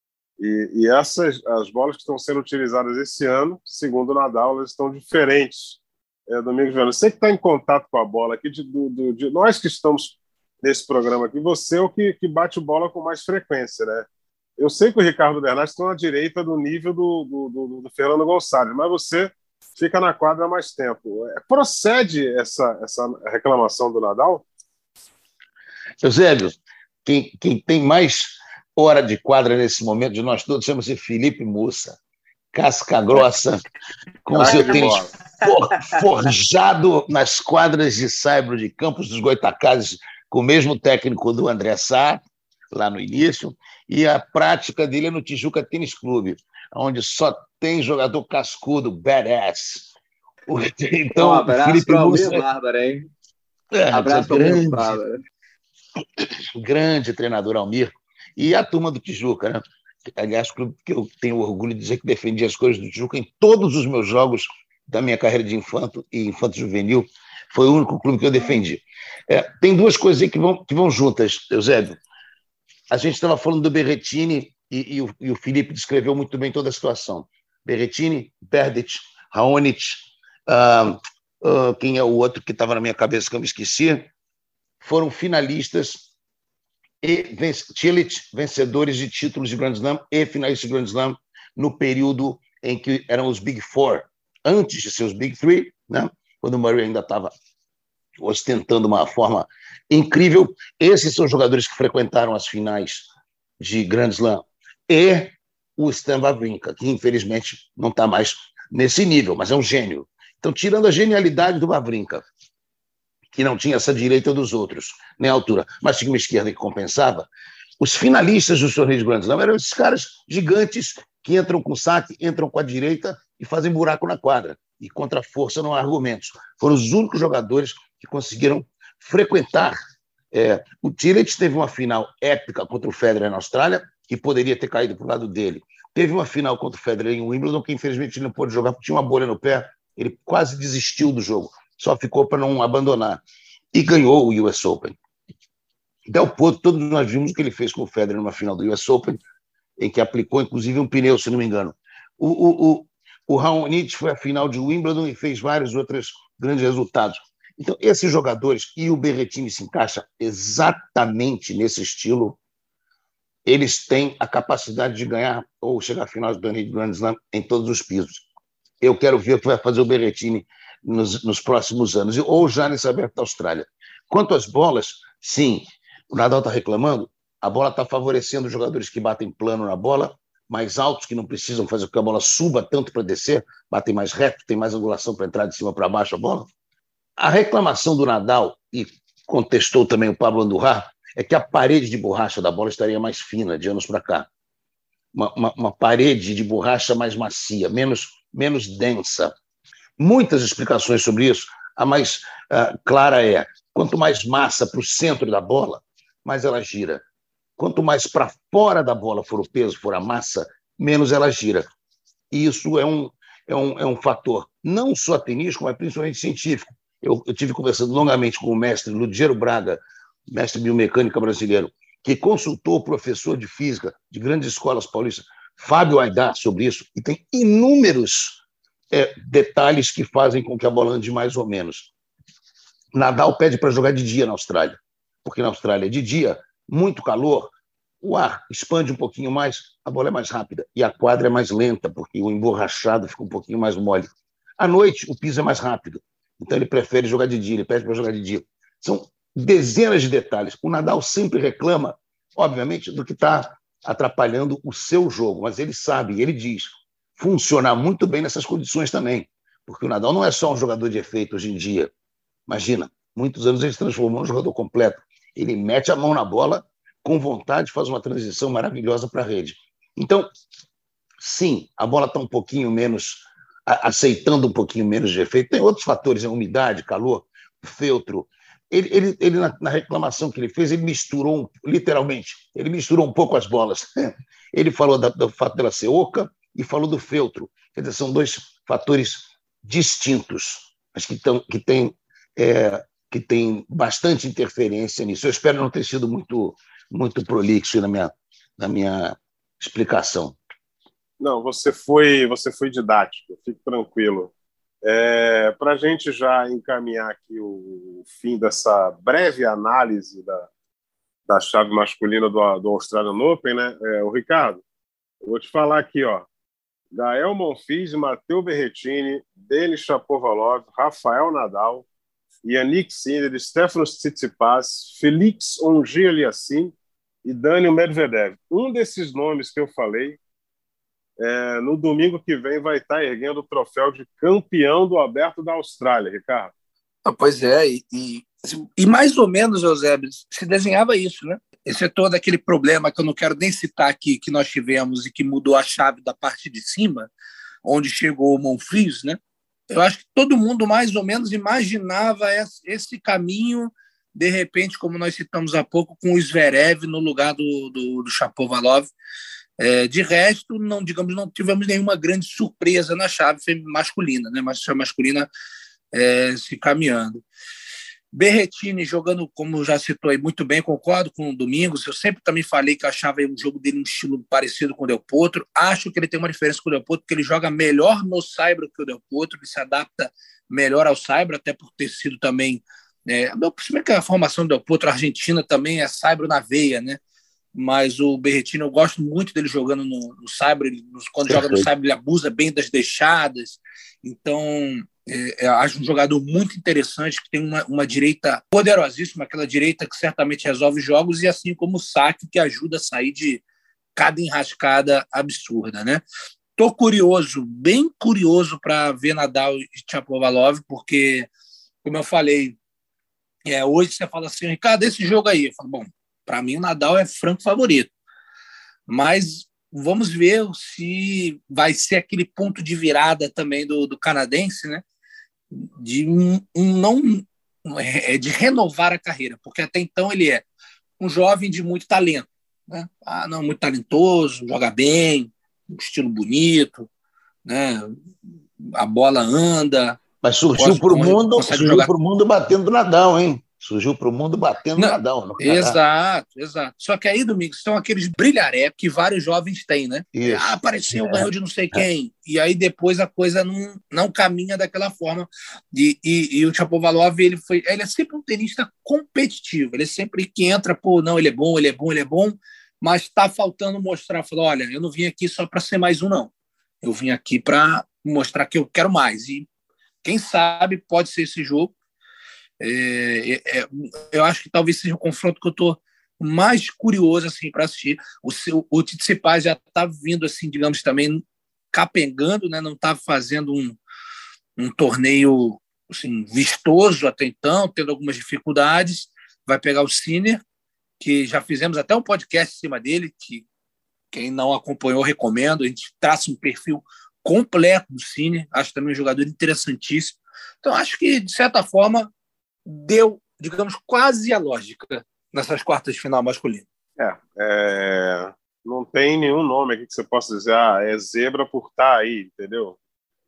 Speaker 2: as bolas que estão sendo utilizadas esse ano, segundo o Nadal, elas estão diferentes. Domingos Velho, você que está em contato com a bola aqui, de nós que estamos nesse programa aqui, você é o que bate bola com mais frequência, né? Eu sei que o Ricardo Bernardes está na direita do nível do Fernando Gonçalves, mas você fica na quadra há mais tempo. Procede essa reclamação do Nadal?
Speaker 4: Eusébio, quem tem mais hora de quadra nesse momento de nós todos chama-se Felipe Mussa. Casca grossa, com o seu tênis forjado nas quadras de saibro de Campos dos Goytacazes, com o mesmo técnico do André Sá, lá no início, e a prática dele é no Tijuca Tênis Clube, onde só tem jogador cascudo, badass. Então,
Speaker 5: abraço para o Almir Bárbara, hein?
Speaker 4: Abraço para o Almir Bárbara. Grande treinador Almir. E a turma do Tijuca, né? Aliás, que eu tenho orgulho de dizer que defendi as cores do Tijuca em todos os meus jogos da minha carreira de infanto e infanto-juvenil. Foi o único clube que eu defendi. Tem duas coisas aí que vão juntas, Eusébio. A gente estava falando do Berrettini e o Felipe descreveu muito bem toda a situação. Berrettini, Berdych, Raonic, quem é o outro que estava na minha cabeça que eu me esqueci, foram finalistas e Cilic, vencedores de títulos de Grand Slam e finalistas de Grand Slam no período em que eram os Big Four, antes de ser os Big Three, né? Quando o Murray ainda estava ostentando uma forma incrível. Esses são jogadores que frequentaram as finais de Grand Slam. E o Stan Wawrinka, que infelizmente não está mais nesse nível, mas é um gênio. Então, tirando a genialidade do Wawrinka, que não tinha essa direita dos outros, nem a altura, mas tinha uma esquerda que compensava, os finalistas dos torneios de Grand Slam eram esses caras gigantes que entram com saque, entram com a direita e fazem buraco na quadra. E contra a força não há argumentos. Foram os únicos jogadores que conseguiram frequentar. O Cilic teve uma final épica contra o Federer na Austrália, que poderia ter caído para o lado dele. Teve uma final contra o Federer em Wimbledon que, infelizmente, ele não pôde jogar porque tinha uma bolha no pé. Ele quase desistiu do jogo, só ficou para não abandonar. E ganhou o US Open. Del Potro, todos nós vimos o que ele fez com o Federer numa final do US Open, em que aplicou, inclusive, um pneu, se não me engano. O Raonic foi à final de Wimbledon e fez vários outros grandes resultados. Então, esses jogadores, e o Berrettini se encaixa exatamente nesse estilo, eles têm a capacidade de ganhar ou chegar à final do torneio de Grand Slam em todos os pisos. Eu quero ver o que vai fazer o Berrettini nos próximos anos, ou já nesse Aberto da Austrália. Quanto às bolas, sim, o Nadal está reclamando, a bola está favorecendo os jogadores que batem plano na bola, mais altos, que não precisam fazer com que a bola suba tanto para descer, batem mais reto, tem mais angulação para entrar de cima para baixo a bola. A reclamação do Nadal, e contestou também o Pablo Andújar, é que a parede de borracha da bola estaria mais fina de anos para cá. Uma parede de borracha mais macia, menos densa. Muitas explicações sobre isso. A mais clara é, quanto mais massa para o centro da bola, mais ela gira. Quanto mais para fora da bola for o peso, for a massa, menos ela gira. E isso é um fator não só tenístico, mas principalmente científico. Eu tive conversando longamente com o mestre Ludgero Braga, mestre biomecânica brasileiro, que consultou o professor de física de grandes escolas paulistas, Fábio Aidar, sobre isso, e tem inúmeros detalhes que fazem com que a bola ande mais ou menos. Nadal pede para jogar de dia na Austrália, porque na Austrália, de dia, muito calor, o ar expande um pouquinho mais, a bola é mais rápida, e a quadra é mais lenta, porque o emborrachado fica um pouquinho mais mole. À noite, o piso é mais rápido, então ele prefere jogar de dia, ele pede para jogar de dia. São dezenas de detalhes. O Nadal sempre reclama, obviamente, do que está atrapalhando o seu jogo, mas ele sabe, ele diz, funcionar muito bem nessas condições também, porque o Nadal não é só um jogador de efeito hoje em dia. Imagina, muitos anos ele se transformou num jogador completo. Ele mete a mão na bola com vontade, faz uma transição maravilhosa para a rede. Então, sim, a bola está um pouquinho menos, aceitando um pouquinho menos de efeito. Tem outros fatores, a umidade, calor, feltro. Ele na reclamação que ele fez, ele misturou, literalmente, ele misturou um pouco as bolas. Ele falou do fato dela ser oca e falou do feltro. Quer dizer, são dois fatores distintos, mas que têm bastante interferência nisso. Eu espero não ter sido muito prolixo na minha explicação.
Speaker 2: Não, você foi didático, fique tranquilo. Para a gente já encaminhar aqui o fim dessa breve análise da chave masculina do Australian Open, né? O Ricardo, eu vou te falar aqui, ó. Gael Monfils, Matteo Berrettini, Denis Shapovalov, Rafael Nadal, Yannick Sinner, Stefanos Tsitsipas, Félix Auger-Aliassime e Daniil Medvedev. Um desses nomes que eu falei, no domingo que vem, vai estar erguendo o troféu de campeão do Aberto da Austrália, Ricardo.
Speaker 3: Pois é, e mais ou menos, Eusébio, se desenhava isso, né? Esse é todo aquele problema que eu não quero nem citar aqui, que nós tivemos e que mudou a chave da parte de cima, onde chegou o Monfils, né? Eu acho que todo mundo mais ou menos imaginava esse caminho, de repente, como nós citamos há pouco, com o Zverev no lugar do Shapovalov. De resto, não tivemos nenhuma grande surpresa na chave masculina, né? Mas a chave masculina se caminhando. Berrettini jogando, como já citou aí muito bem, concordo com o Domingos. Eu sempre também falei que achava um jogo dele um estilo parecido com o Del Potro. Acho que ele tem uma diferença com o Del Potro, porque ele joga melhor no saibro que o Del Potro, ele se adapta melhor ao saibro, até por ter sido também... Se que a formação do Del Potro argentina também é saibro na veia, né? Mas o Berrettini, eu gosto muito dele jogando no saibro. Quando joga no saibro, ele abusa bem das deixadas. Então... acho um jogador muito interessante, que tem uma direita poderosíssima, aquela direita que certamente resolve jogos, e assim como o saque, que ajuda a sair de cada enrascada absurda, né? Estou curioso, bem curioso, para ver Nadal e Shapovalov, porque, como eu falei, hoje você fala assim, Ricardo, esse jogo aí, eu falo, bom, para mim o Nadal é franco favorito, mas vamos ver se vai ser aquele ponto de virada também do canadense, né? De renovar a carreira, porque até então ele é um jovem de muito talento, né? Ah, não, muito talentoso, joga bem, um estilo bonito, né? A bola anda.
Speaker 4: Mas surgiu para o
Speaker 3: consegue jogar.
Speaker 4: mundo batendo Nadal, hein? Surgiu para o mundo batendo
Speaker 3: Não,
Speaker 4: Nadal. No
Speaker 3: exato. Só que aí, Domingos, são aqueles brilharé que vários jovens têm, né?
Speaker 4: Isso.
Speaker 3: Apareceu, ganhou de não sei quem. E aí depois a coisa não caminha daquela forma. E o Shapovalov, ele é sempre um tenista competitivo. Ele sempre que entra, não, ele é bom, mas está faltando mostrar, falou, olha, eu não vim aqui só para ser mais um, não. Eu vim aqui para mostrar que eu quero mais. E quem sabe pode ser esse jogo. Eu acho que talvez seja o confronto que eu estou mais curioso assim, para assistir. O Tsitsipas já está vindo, assim, digamos, também capengando, né? Não está fazendo um torneio assim, vistoso até então, tendo algumas dificuldades. Vai pegar o Sinner, que já fizemos até um podcast em cima dele, que quem não acompanhou, recomendo. A gente traça um perfil completo do Sinner, acho também um jogador interessantíssimo. Então, acho que, de certa forma, deu, digamos, quase a lógica nessas quartas de final masculino.
Speaker 2: Não tem nenhum nome aqui que você possa dizer, é zebra por estar aí, entendeu?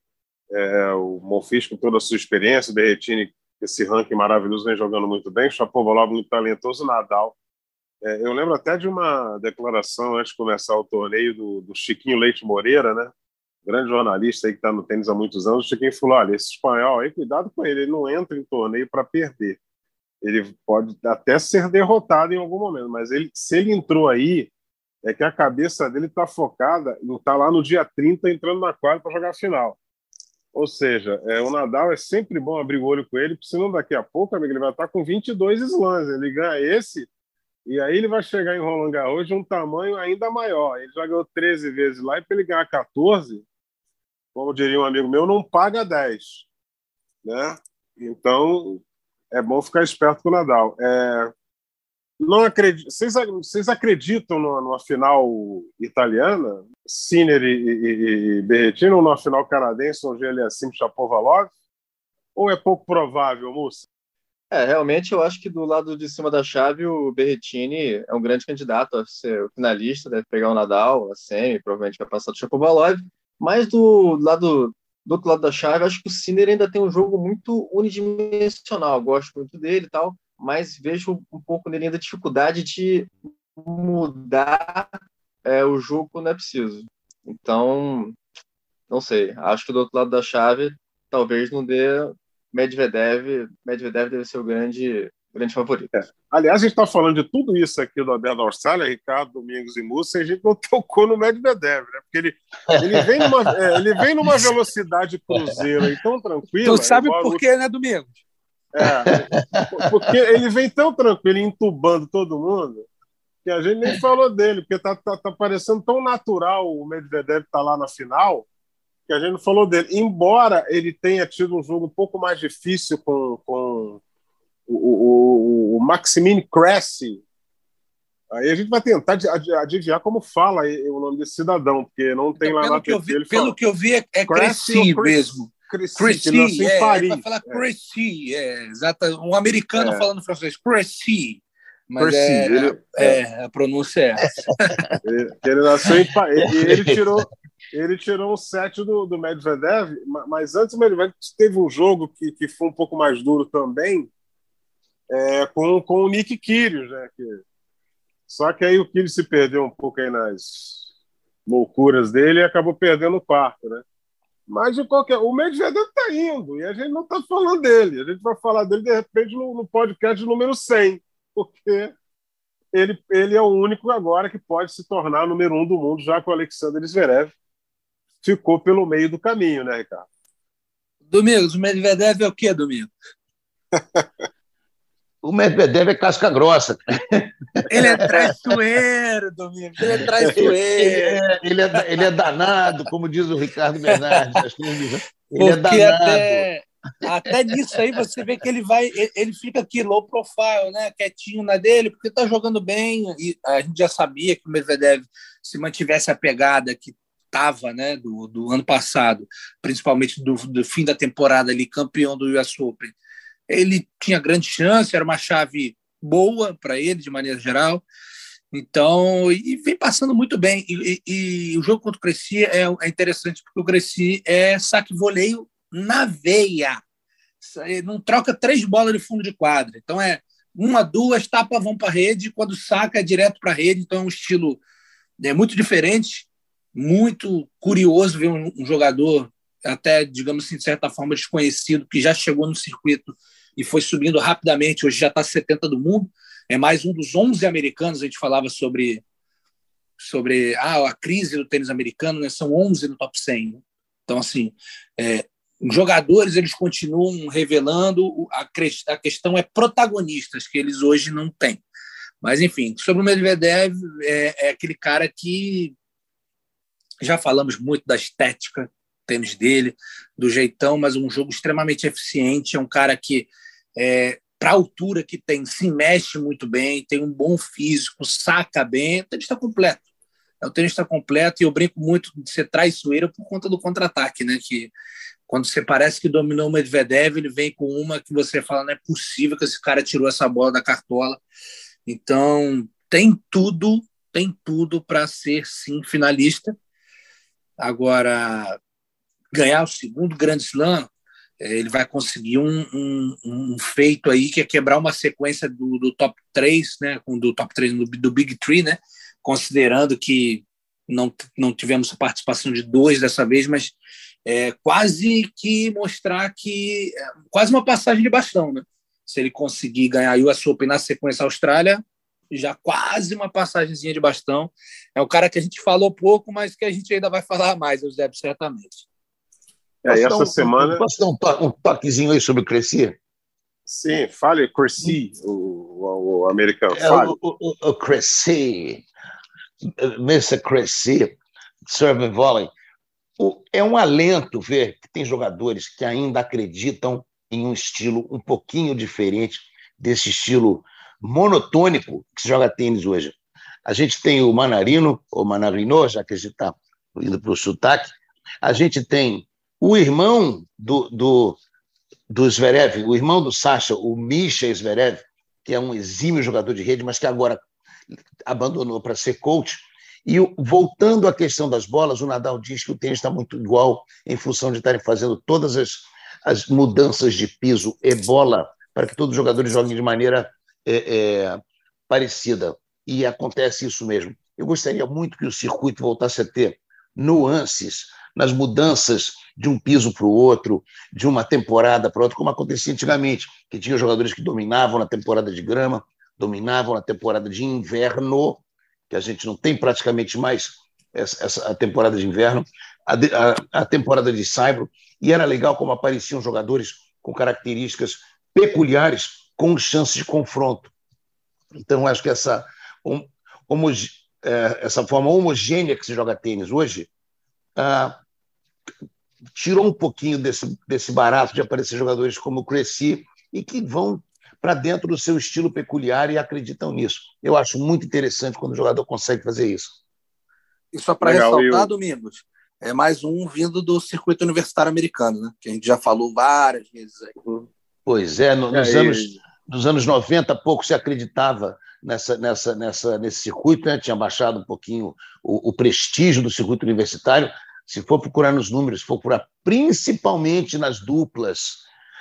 Speaker 2: O Monfils, com toda a sua experiência, o Berrettini, esse ranking maravilhoso, vem jogando muito bem, o Shapovalov muito talentoso, o Nadal. Eu lembro até de uma declaração antes de começar o torneio do Chiquinho Leite Moreira, né? Grande jornalista aí que está no tênis há muitos anos. O Chiquinho falou, olha, esse espanhol aí, cuidado com ele não entra em torneio para perder. Ele pode até ser derrotado em algum momento, mas se ele entrou aí, é que a cabeça dele está focada em estar lá no dia 30 entrando na quadra para jogar a final. Ou seja, o Nadal é sempre bom abrir o olho com ele, porque senão daqui a pouco, amigo, ele vai estar com 22 slams. Ele ganha esse, e aí ele vai chegar em Roland Garros de um tamanho ainda maior. Ele já ganhou 13 vezes lá, e para ele ganhar 14, como diria um amigo meu, não paga 10. Né? Então, é bom ficar esperto com o Nadal. Não acredito. Vocês acreditam numa final italiana, Sinner e Berrettini, ou numa final canadense, onde ele é assim, Shapovalov? Ou é pouco provável, Mussa?
Speaker 5: Realmente eu acho que do lado de cima da chave o Berrettini é um grande candidato a ser o finalista, deve pegar o Nadal, a semi, provavelmente vai passar do Shapovalov, mas do outro lado da chave, acho que o Sinner ainda tem um jogo muito unidimensional, gosto muito dele e tal, mas vejo um pouco nele ainda dificuldade de mudar o jogo quando é preciso. Então, não sei, acho que do outro lado da chave talvez não dê. Medvedev deve ser o grande favorito.
Speaker 2: Aliás, a gente está falando de tudo isso aqui do Alberto Austrália, Ricardo, Domingos e Mussa, e a gente não tocou no Medvedev, né? Porque ele vem numa velocidade cruzeiro aí tão tranquila.
Speaker 3: Tu sabe por quê, né, Domingos?
Speaker 2: Porque ele vem tão tranquilo, entubando todo mundo, que a gente nem falou dele, porque tá parecendo tão natural o Medvedev estar lá na final, que a gente não falou dele. Embora ele tenha tido um jogo um pouco mais difícil com o Maximilian Cressy, aí a gente vai tentar adivinhar como fala o nome desse cidadão, porque não tem lá na
Speaker 3: TV. Pelo que eu vi, é Cressy mesmo.
Speaker 2: Cressy, em Paris.
Speaker 3: Ele vai falar Cressy, exato. Um americano falando francês, Cressy. Mas a pronúncia é essa.
Speaker 2: Ele nasceu em Paris. E ele tirou um set do Medvedev, mas antes o Medvedev teve um jogo que foi um pouco mais duro também, com o Nick Kyrgios, né? Só que aí o Kyrgios se perdeu um pouco aí nas loucuras dele e acabou perdendo o quarto, né? Mas o Medvedev está indo e a gente não está falando dele. A gente vai falar dele de repente no podcast número 100, porque ele é o único agora que pode se tornar número 1 do mundo, já que o Alexander Zverev ficou pelo meio do caminho, né, Ricardo?
Speaker 3: Domingos, o Medvedev é o quê, Domingos?
Speaker 4: O Medvedev é casca grossa.
Speaker 3: Ele é traiçoeiro, Domingos. Ele é traiçoeiro.
Speaker 4: Ele é danado, como diz o Ricardo Bernardes. Ele
Speaker 3: é danado. Até nisso aí você vê que ele fica aqui low profile, né, quietinho na dele, porque está jogando bem. E a gente já sabia que o Medvedev, se mantivesse a pegada que estava, né, do ano passado, principalmente do fim da temporada ali, campeão do US Open, ele tinha grande chance, era uma chave boa para ele, de maneira geral. Então, e vem passando muito bem. E o jogo contra o Cressy é interessante, porque o Cressy é saque-voleio na veia. Não troca 3 bolas de fundo de quadra. Então, uma, 2, tapa, vão para a rede. Quando saca, é direto para a rede. Então, é um estilo muito diferente, muito curioso ver um jogador, até, digamos assim, de certa forma, desconhecido, que já chegou no circuito e foi subindo rapidamente. Hoje já está 70 do mundo. É mais um dos 11 americanos. A gente falava sobre a crise do tênis americano, né? São 11 no top 100. Né? Então, assim, os jogadores eles continuam revelando, a questão é protagonistas, que eles hoje não têm. Mas, enfim, sobre o Medvedev, é aquele cara que já falamos muito da estética tênis dele, do jeitão, mas um jogo extremamente eficiente. É um cara que para a altura que tem, se mexe muito bem, tem um bom físico, saca bem, o tênis está completo. O tênis está completo e eu brinco muito de ser traiçoeira por conta do contra-ataque, né? Que quando você parece que dominou o Medvedev, ele vem com uma que você fala, não é possível que esse cara tirou essa bola da cartola. Então, tem tudo para ser, sim, finalista. Agora, ganhar o segundo Grand Slam, ele vai conseguir um feito aí, que é quebrar uma sequência do top 3, né, do top 3 do Big Three, né, considerando que não tivemos participação de 2 dessa vez, mas quase que mostrar que quase uma passagem de bastão, né? Se ele conseguir ganhar o US Open na sequência Austrália, já quase uma passagemzinha de bastão. É um cara que a gente falou pouco, mas que a gente ainda vai falar mais, Eusébio, certamente.
Speaker 2: Essa semana...
Speaker 4: Posso dar um toquezinho aí sobre o Cressy?
Speaker 2: Sim, fale, Cressy, o americano. Fale.
Speaker 4: O Cressy, Mr. Cressy, serve and volley. É um alento ver que tem jogadores que ainda acreditam em um estilo um pouquinho diferente desse estilo monotônico que se joga tênis hoje. A gente tem o Manarino, ou Manarino, já que a gente está indo para o sotaque. A gente tem o irmão do Zverev, o irmão do Sasha, o Misha Zverev, que é um exímio jogador de rede, mas que agora abandonou para ser coach. E voltando à questão das bolas, o Nadal diz que o tênis está muito igual em função de estarem fazendo todas as mudanças de piso e bola para que todos os jogadores joguem de maneira parecida. E acontece isso mesmo. Eu gostaria muito que o circuito voltasse a ter nuances nas mudanças de um piso para o outro, de uma temporada para outra, como acontecia antigamente, que tinha jogadores que dominavam na temporada de grama, dominavam na temporada de inverno, que a gente não tem praticamente mais a temporada de inverno, a temporada de saibro, e era legal como apareciam jogadores com características peculiares, com chances de confronto. Então, acho que essa forma homogênea que se joga tênis hoje tirou um pouquinho desse barato de aparecer jogadores como o Cressy e que vão para dentro do seu estilo peculiar e acreditam nisso. Eu acho muito interessante quando o jogador consegue fazer isso.
Speaker 3: E só para ressaltar, Domingos, é mais um vindo do circuito universitário americano, né? Que a gente já falou várias vezes aí.
Speaker 4: Pois nos anos 90, pouco se acreditava nesse circuito, né? Tinha baixado um pouquinho o prestígio do circuito universitário. Se for procurar nos números, se for procurar principalmente nas duplas,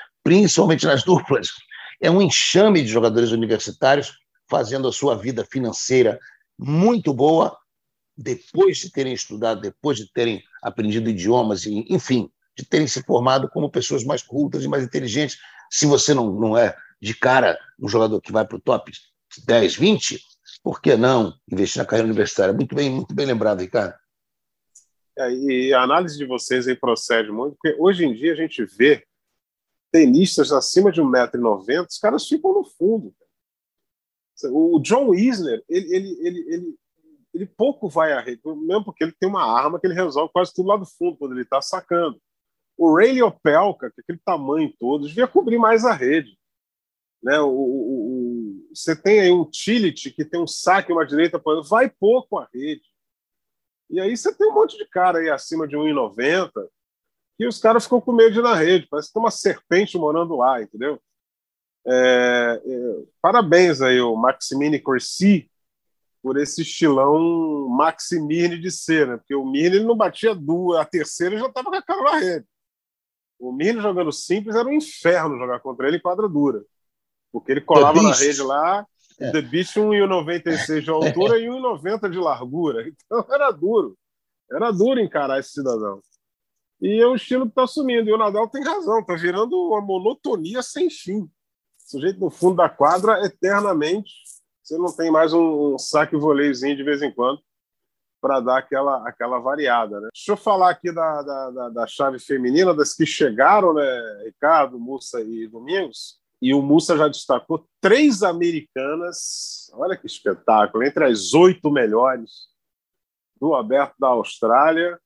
Speaker 4: é um enxame de jogadores universitários fazendo a sua vida financeira muito boa, depois de terem estudado, depois de terem aprendido idiomas, enfim, de terem se formado como pessoas mais cultas e mais inteligentes. Se você não é, de cara, um jogador que vai para o top 10, 20, por que não investir na carreira universitária? Muito bem lembrado, Ricardo.
Speaker 2: E a análise de vocês aí procede muito, porque hoje em dia a gente vê tenistas acima de 1,90 m, os caras ficam no fundo. O John Isner, ele pouco vai à rede, mesmo porque ele tem uma arma que ele resolve quase tudo lá do fundo, quando ele está sacando. O Reilly Opelka, que é aquele tamanho todo, devia cobrir mais a rede. Né? Você tem aí um Cilic, que tem um saque, uma direita, vai pouco à rede. E aí você tem um monte de cara aí acima de 1,90 m, que os caras ficam com medo de ir na rede, parece que tem uma serpente morando lá, entendeu? Parabéns aí, o Maximine Cressy, por esse estilão Maxi Mirny de ser, né? Porque o Mirny ele não batia duas, a terceira ele já estava com a cara na rede. O Mirny jogando simples era um inferno jogar contra ele em quadra dura, porque ele colava na rede lá, o The Beast 1,96 de altura e 1,90 de largura. Então era duro encarar esse cidadão. E é um estilo que está sumindo. E o Nadal tem razão, está virando uma monotonia sem fim. O sujeito no fundo da quadra, eternamente, você não tem mais um saque voleizinho de vez em quando para dar aquela variada, né? Deixa eu falar aqui da chave feminina, das que chegaram, né, Ricardo, Mussa e Domingos. E o Mussa já destacou 3 americanas, olha que espetáculo, entre as 8 melhores do Aberto da Austrália.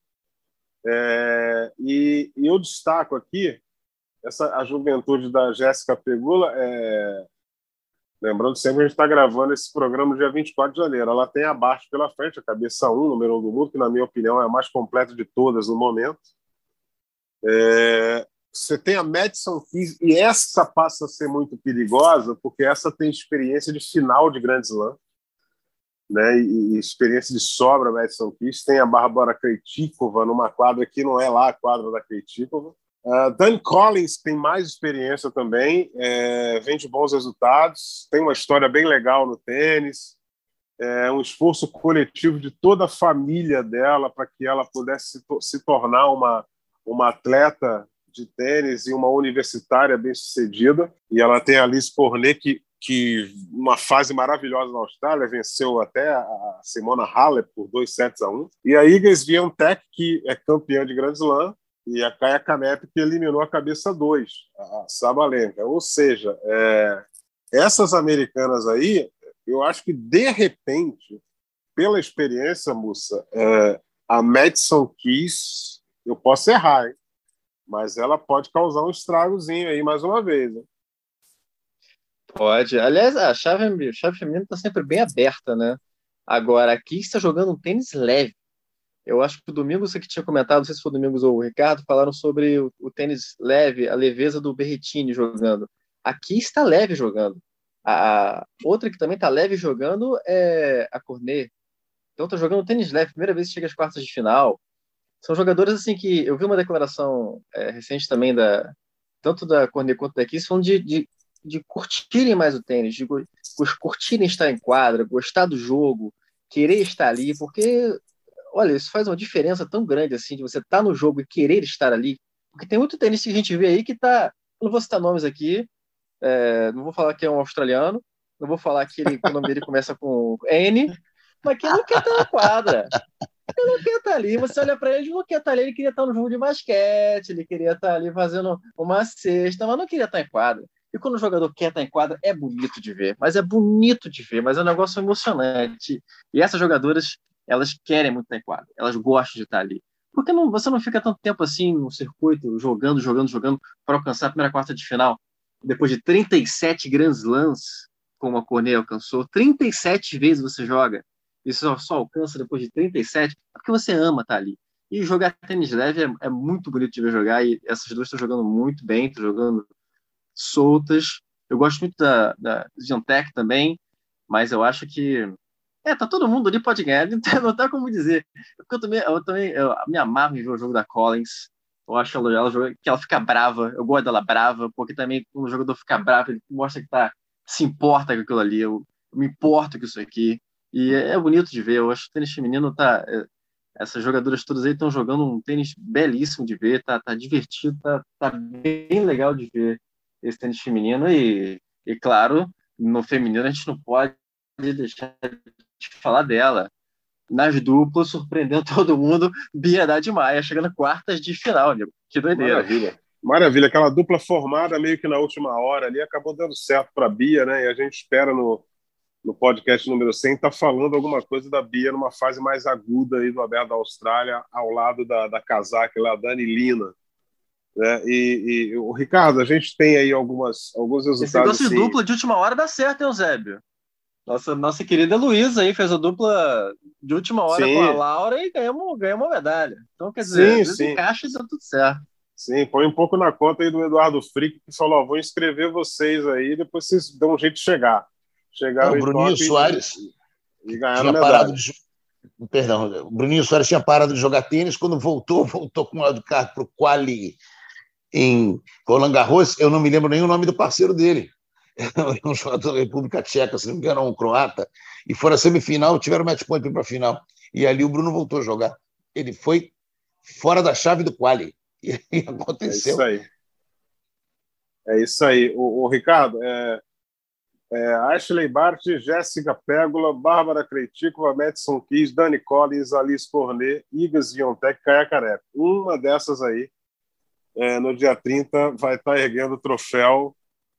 Speaker 2: E eu destaco aqui a juventude da Jéssica Pegula. Lembrando sempre que a gente está gravando esse programa no dia 24 de janeiro. Ela tem abaixo pela frente a cabeça 1, número 1 do mundo, que, na minha opinião, é a mais completa de todas no momento. Você tem a Madison Keys, e essa passa a ser muito perigosa, porque essa tem experiência de final de Grand Slam, né? E experiência de sobra. Madison Keys tem a Bárbara Krejcikova numa quadra que não é lá a quadra da Krejcikova. Dan Collins tem mais experiência também, vem de bons resultados, tem uma história bem legal no tênis, um esforço coletivo de toda a família dela para que ela pudesse se tornar uma atleta de tênis e uma universitária bem-sucedida. E ela tem a Liz Cornet, que uma fase maravilhosa na Austrália, venceu até a Simona Halep por 2-1. E a Iga Swiatek, que é campeã de Grand Slam, e a Kaia Kanepi, que eliminou a cabeça 2, a Sabalenka. Ou seja, essas americanas aí, eu acho que, de repente, pela experiência, Mussa, a Madison Keys, eu posso errar, hein? Mas ela pode causar um estragozinho aí mais uma vez, né?
Speaker 5: Pode. Aliás, a chave feminina está sempre bem aberta, né? Agora, aqui está jogando um tênis leve. Eu acho que o Domingos, você que tinha comentado, não sei se foi o Domingos ou o Ricardo, falaram sobre o tênis leve, a leveza do Berrettini jogando. Aqui está leve jogando. A outra que também está leve jogando é a Cornet. Então está jogando tênis leve, primeira vez que chega às quartas de final. São jogadores assim que... Eu vi uma declaração recente também, tanto da Cornet quanto da Keys, falando de curtirem mais o tênis, de curtirem estar em quadra, gostar do jogo, querer estar ali, porque... Olha, isso faz uma diferença tão grande assim, de você estar no jogo e querer estar ali. Porque tem muito tênis que a gente vê aí que tá... Eu não vou citar nomes aqui, não vou falar que é um australiano, não vou falar que o nome dele começa com N, mas que não quer estar na quadra. Ele não quer estar ali. Você olha para ele, não quer estar ali, ele queria estar no jogo de basquete, ele queria estar ali fazendo uma cesta, mas não queria estar em quadra. E quando o jogador quer estar em quadra, é bonito de ver, mas é um negócio emocionante. E essas jogadoras, elas querem muito estar em quadra, elas gostam de estar ali. Porque você não fica tanto tempo assim no circuito, jogando, para alcançar a primeira quarta de final, depois de 37 Grand Slams, como a Cornet alcançou, 37 vezes você joga, e só alcança depois de 37, é porque você ama estar ali. E jogar tênis leve é muito bonito de ver jogar, e essas duas estão jogando muito bem, estão jogando soltas. Eu gosto muito da Swiatek também, mas eu acho que tá todo mundo ali pode ganhar, não tá como dizer. Porque eu também me amarro em ver o jogo da Collins. Eu acho que ela fica brava, eu gosto dela brava, porque também quando o jogador fica bravo, ele mostra que se importa com aquilo ali, eu me importo com isso aqui, e é bonito de ver. Eu acho que o tênis feminino essas jogadoras todas aí estão jogando um tênis belíssimo de ver, tá divertido, tá bem legal de ver esse tênis feminino, e claro, no feminino a gente não pode deixar de falar dela. Nas duplas, surpreendendo todo mundo, Bia Haddad Maia, chegando a quartas de final, amigo. Que doideira.
Speaker 2: Maravilha. Aquela dupla formada meio que na última hora ali, acabou dando certo para a Bia, né? E a gente espera no podcast número 100 estar falando alguma coisa da Bia numa fase mais aguda aí do Aberto da Austrália, ao lado da casaca lá, Dani Lina. Né? E o Ricardo, a gente tem aí alguns resultados.
Speaker 5: Esse negócio
Speaker 2: assim...
Speaker 5: de dupla de última hora dá certo, hein, Eusébio? Nossa querida Luísa aí fez a dupla de última hora com a Laura e ganhou uma medalha. Então, quer dizer, encaixa e dá tudo certo.
Speaker 2: Sim, põe um pouco na conta aí do Eduardo Frick, que falou: vou inscrever vocês aí, depois vocês dão um jeito de chegar.
Speaker 4: O Bruninho Soares.
Speaker 2: E ganharam
Speaker 4: Tinha
Speaker 2: medalha.
Speaker 4: parado de... Perdão, o Bruninho Soares tinha parado de jogar tênis, quando voltou com o wildcard para o quali em Roland Garros. Eu não me lembro nem o nome do parceiro dele. É um jogador da República Tcheca, se não me engano, um croata. E foram a semifinal, tiveram match point para a final. E ali o Bruno voltou a jogar. Ele foi fora da chave do quali. E aconteceu.
Speaker 2: É isso aí. É isso aí. O Ricardo, Ashley Bart, Jéssica Pegula, Bárbara Krejcikova, Madison Keys, Dani Collins, Alice Cornet, Iga Swiatek, Kaia Kanepi. Uma dessas aí, no dia 30, vai estar erguendo o troféu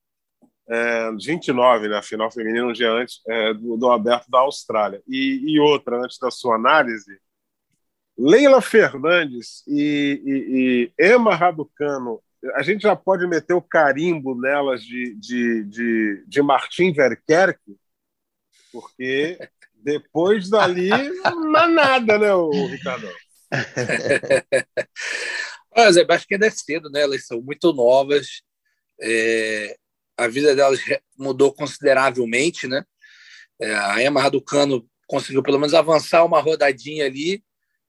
Speaker 2: 29, né, a final feminina, um dia antes do Aberto da Austrália. E outra, antes da sua análise, Leila Fernandes e Emma Raducanu, a gente já pode meter o carimbo nelas de Martin Verkerk, porque depois dali não há nada, né, Ricardo?
Speaker 3: Olha, Zé, acho que ainda é cedo, né? Elas são muito novas, a vida delas mudou consideravelmente, né? A Emma Raducanu conseguiu pelo menos avançar uma rodadinha ali.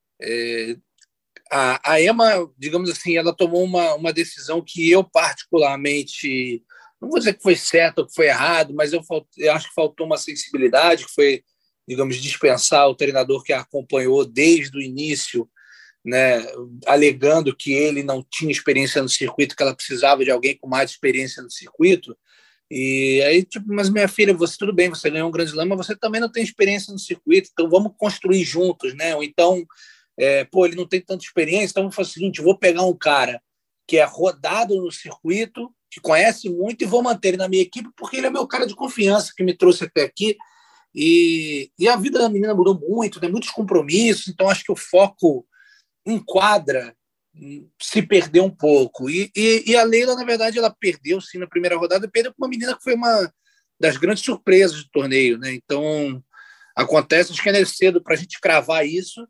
Speaker 3: A Emma, digamos assim, ela tomou uma decisão que eu particularmente, não vou dizer que foi certo ou que foi errado, mas eu acho que faltou uma sensibilidade, que foi, digamos, dispensar o treinador que a acompanhou desde o início, né, alegando que ele não tinha experiência no circuito, que ela precisava de alguém com mais experiência no circuito. E aí, tipo, mas minha filha, você tudo bem, você ganhou um Grande Slam, mas você também não tem experiência no circuito, então vamos construir juntos, né? Ou então, ele não tem tanta experiência, então vamos fazer o seguinte, vou pegar um cara que é rodado no circuito, que conhece muito, e vou manter ele na minha equipe, porque ele é meu cara de confiança, que me trouxe até aqui. E a vida da menina mudou muito, tem muitos compromissos, então acho que o foco enquadra, se perdeu um pouco. E a Leila, na verdade, ela perdeu sim na primeira rodada, perdeu com uma menina que foi uma das grandes surpresas do torneio, né? Então, acontece, acho que ainda é cedo para a gente cravar isso.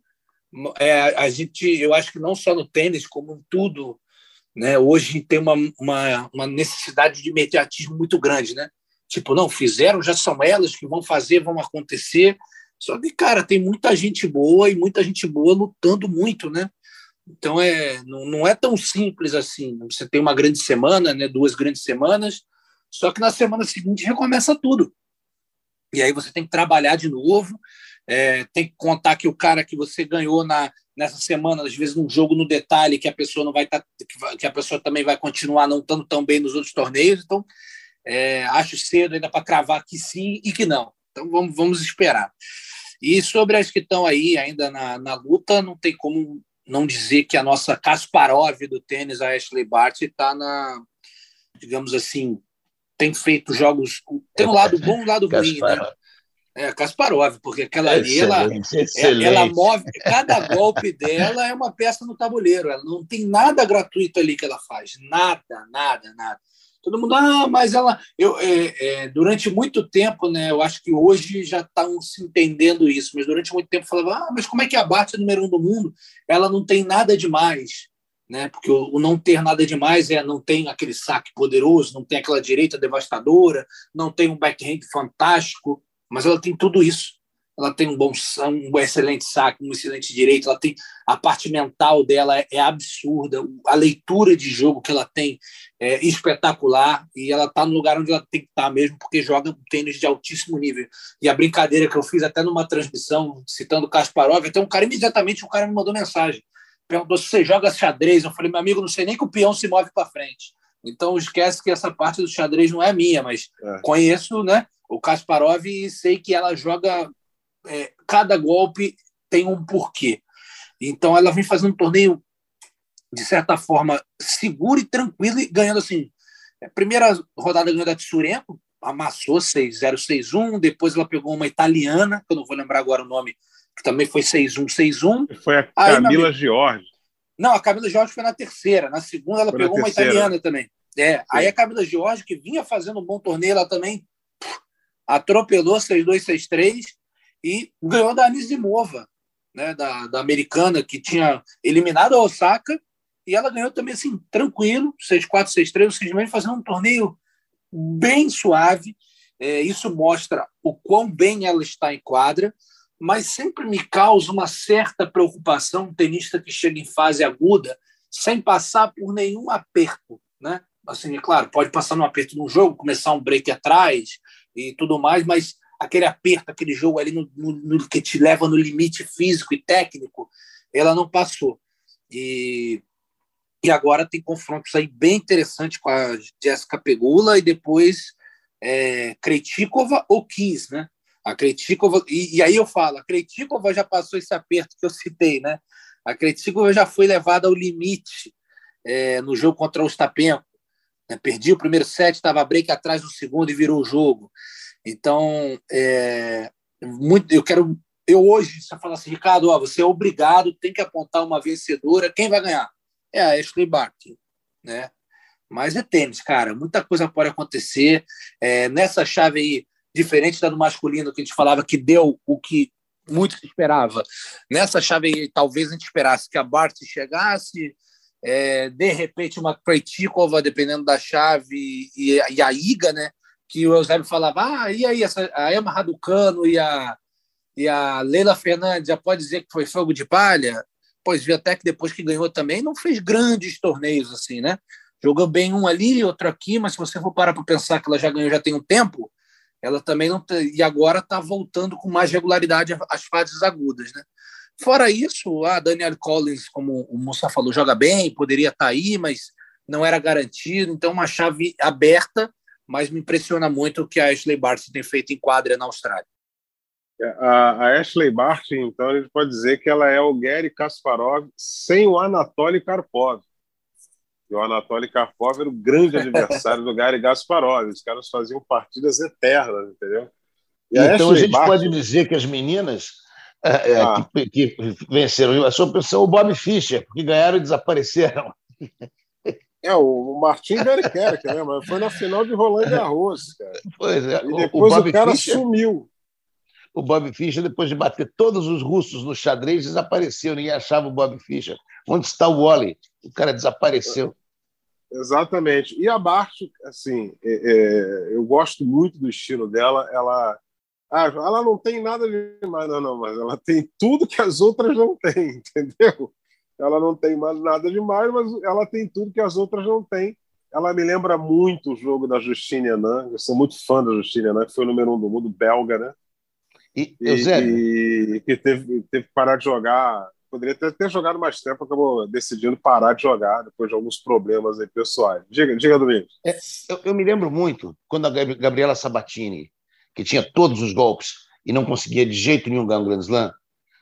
Speaker 3: Eu acho que não só no tênis, como em tudo, né? Hoje tem uma necessidade de imediatismo muito grande, né? Tipo, não, fizeram, já são elas que vão fazer, vão acontecer. Só que, cara, tem muita gente boa e muita gente boa lutando muito, né? Então, não é tão simples assim. Você tem uma grande semana, né, 2 grandes semanas, só que na semana seguinte recomeça tudo. E aí você tem que trabalhar de novo, tem que contar que o cara que você ganhou nessa semana, às vezes num jogo no detalhe, que a pessoa não vai que a pessoa também vai continuar não estando tão bem nos outros torneios. Então, acho cedo ainda para cravar que sim e que não. Então, vamos esperar. E sobre as que estão aí ainda na luta, não tem como não dizer que a nossa Kasparov do tênis, a Ashley Bart, está digamos assim, tem feito jogos, tem um lado bom e um lado ruim, né? Kasparov, porque aquela ali, ela move, cada golpe dela é uma peça no tabuleiro, ela não tem nada gratuito ali que ela faz, nada. Todo mundo, mas ela... durante muito tempo, né, eu acho que hoje já estão se entendendo isso, mas durante muito tempo falava, mas como é que a Bart é número 1 do mundo? Ela não tem nada demais, né? Porque o não ter nada demais não tem aquele saque poderoso, não tem aquela direita devastadora, não tem um backhand fantástico, mas ela tem tudo isso. Ela tem um excelente saque, um excelente direito, ela tem a parte mental dela é absurda, a leitura de jogo que ela tem é espetacular, e ela está no lugar onde ela tem que estar mesmo, porque joga um tênis de altíssimo nível. E a brincadeira que eu fiz até numa transmissão, citando o Kasparov, até um cara me mandou mensagem, perguntou se você joga xadrez. Eu falei, meu amigo, não sei nem que o peão se move para frente. Então esquece que essa parte do xadrez não é minha, mas conheço, né, o Kasparov e sei que ela joga... cada golpe tem um porquê. Então ela vem fazendo um torneio de certa forma seguro e tranquilo, e ganhando assim, a primeira rodada ganhou da Tsurenko, amassou 6-0, 6-1, depois ela pegou uma italiana, que eu não vou lembrar agora o nome, que também foi 6-1, 6-1.
Speaker 2: Foi a Camila Giorgi.
Speaker 3: Não, a Camila Giorgi foi na terceira, na segunda ela pegou uma italiana também. Aí a Camila Giorgi, que vinha fazendo um bom torneio, ela também atropelou 6-2, 6-3, e ganhou da Anisimova, né, da americana, que tinha eliminado a Osaka, e ela ganhou também assim, tranquilo, 6-4, 6-3, 6-6, fazendo um torneio bem suave. Isso mostra o quão bem ela está em quadra, mas sempre me causa uma certa preocupação um tenista que chega em fase aguda sem passar por nenhum aperto, né? Assim, é claro, pode passar num aperto no jogo, começar um break atrás e tudo mais, mas aquele aperto, aquele jogo ali no que te leva no limite físico e técnico, ela não passou. E agora tem confrontos aí bem interessantes com a Jessica Pegula e depois Krejcikova ou Keys, né? A Krejcikova, e aí eu falo, a Krejcikova já passou esse aperto que eu citei, né? A Krejcikova já foi levada ao limite no jogo contra o Ostapenko, né? Perdi o primeiro set, estava break atrás no segundo e virou o jogo. Então, eu hoje, se eu falar assim, Ricardo, você é obrigado, tem que apontar uma vencedora, quem vai ganhar? É a Ashley Barty, né? Mas é tênis, cara, muita coisa pode acontecer. Nessa chave aí, diferente da do masculino, que a gente falava que deu o que muito se esperava. Nessa chave aí, talvez a gente esperasse que a Barty chegasse, de repente uma Krejcikova, dependendo da chave, e a Iga, né? Que o Eusébio falava, e aí, a Emma Raducanu e a Leila Fernandes já pode dizer que foi fogo de palha? Pois vi até que depois que ganhou também, não fez grandes torneios assim, né? Jogou bem um ali, outro aqui, mas se você for parar para pensar que ela já ganhou já tem um tempo, ela também não tem, e agora está voltando com mais regularidade às fases agudas, né? Fora isso, a Danielle Collins, como o Mussa falou, joga bem, poderia estar aí, mas não era garantido, então uma chave aberta, mas me impressiona muito o que a Ashley Barty tem feito em quadra na Austrália.
Speaker 2: A Ashley Barty, então, a gente pode dizer que ela é o Garry Kasparov sem o Anatoly Karpov. E o Anatoly Karpov era o grande adversário do Garry Kasparov. Os caras faziam partidas eternas, entendeu?
Speaker 4: E então a gente pode dizer que as meninas que venceram a sua opção, o Bob Fischer, que ganharam e desapareceram.
Speaker 2: O Martin Verkerk, né? Mas foi na final de Roland Garros, cara.
Speaker 4: Pois é.
Speaker 2: E depois o cara
Speaker 4: Fischer,
Speaker 2: sumiu.
Speaker 4: O Bob Fischer, depois de bater todos os russos no xadrez, desapareceu. Ninguém achava o Bob Fischer. Onde está o Wally? O cara desapareceu.
Speaker 2: Exatamente. E a Barty, assim, eu gosto muito do estilo dela. Ela não tem nada demais, não, mas ela tem tudo que as outras não têm, entendeu? Ela não tem nada demais, mas ela tem tudo que as outras não têm. Ela me lembra muito o jogo da Justine Henin. Eu sou muito fã da Justine Henin, que foi o número 1 do mundo, belga, né? E que teve que parar de jogar. Poderia ter jogado mais tempo, acabou decidindo parar de jogar depois de alguns problemas aí pessoais. Diga Domingos.
Speaker 4: Eu me lembro muito quando a Gabriela Sabatini, que tinha todos os golpes e não conseguia de jeito nenhum ganhar um Grand Slam,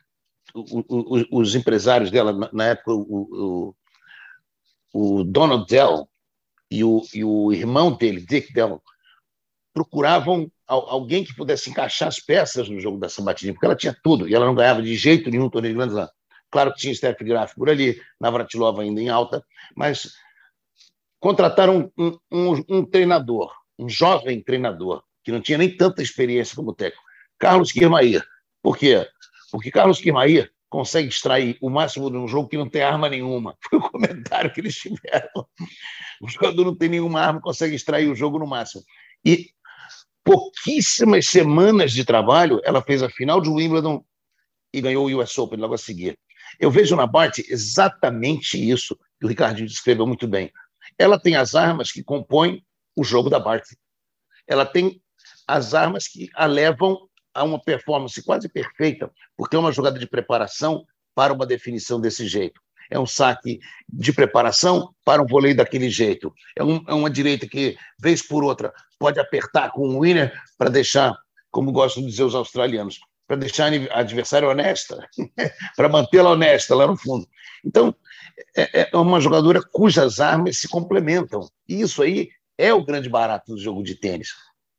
Speaker 4: os empresários dela, na época, o Donald Dell e o irmão dele, Dick Dell, procuravam alguém que pudesse encaixar as peças no jogo da Sabatini, porque ela tinha tudo, e ela não ganhava de jeito nenhum torneio de Grand Slam. Claro que tinha Steffi Graf por ali, Navratilova ainda em alta, mas contrataram um treinador, um jovem treinador, que não tinha nem tanta experiência como técnico, Carlos Kirmair. Por quê? Porque Carlos Kirmair consegue extrair o máximo de um jogo que não tem arma nenhuma. Foi o comentário que eles tiveram. O jogador não tem nenhuma arma, consegue extrair o jogo no máximo. E pouquíssimas semanas de trabalho, ela fez a final de Wimbledon e ganhou o US Open logo a seguir. Eu vejo na Barty exatamente isso que o Ricardinho descreveu muito bem. Ela tem as armas que compõem o jogo da Barty. Ela tem as armas que a levam a uma performance quase perfeita, porque é uma jogada de preparação para uma definição desse jeito. É um saque de preparação para um vôlei daquele jeito. É uma direita que, vez por outra, pode apertar com um winner para deixar, como gostam de dizer os australianos, para deixar a adversária honesta, para mantê-la honesta lá no fundo. Então, é uma jogadora cujas armas se complementam. E isso aí é o grande barato do jogo de tênis.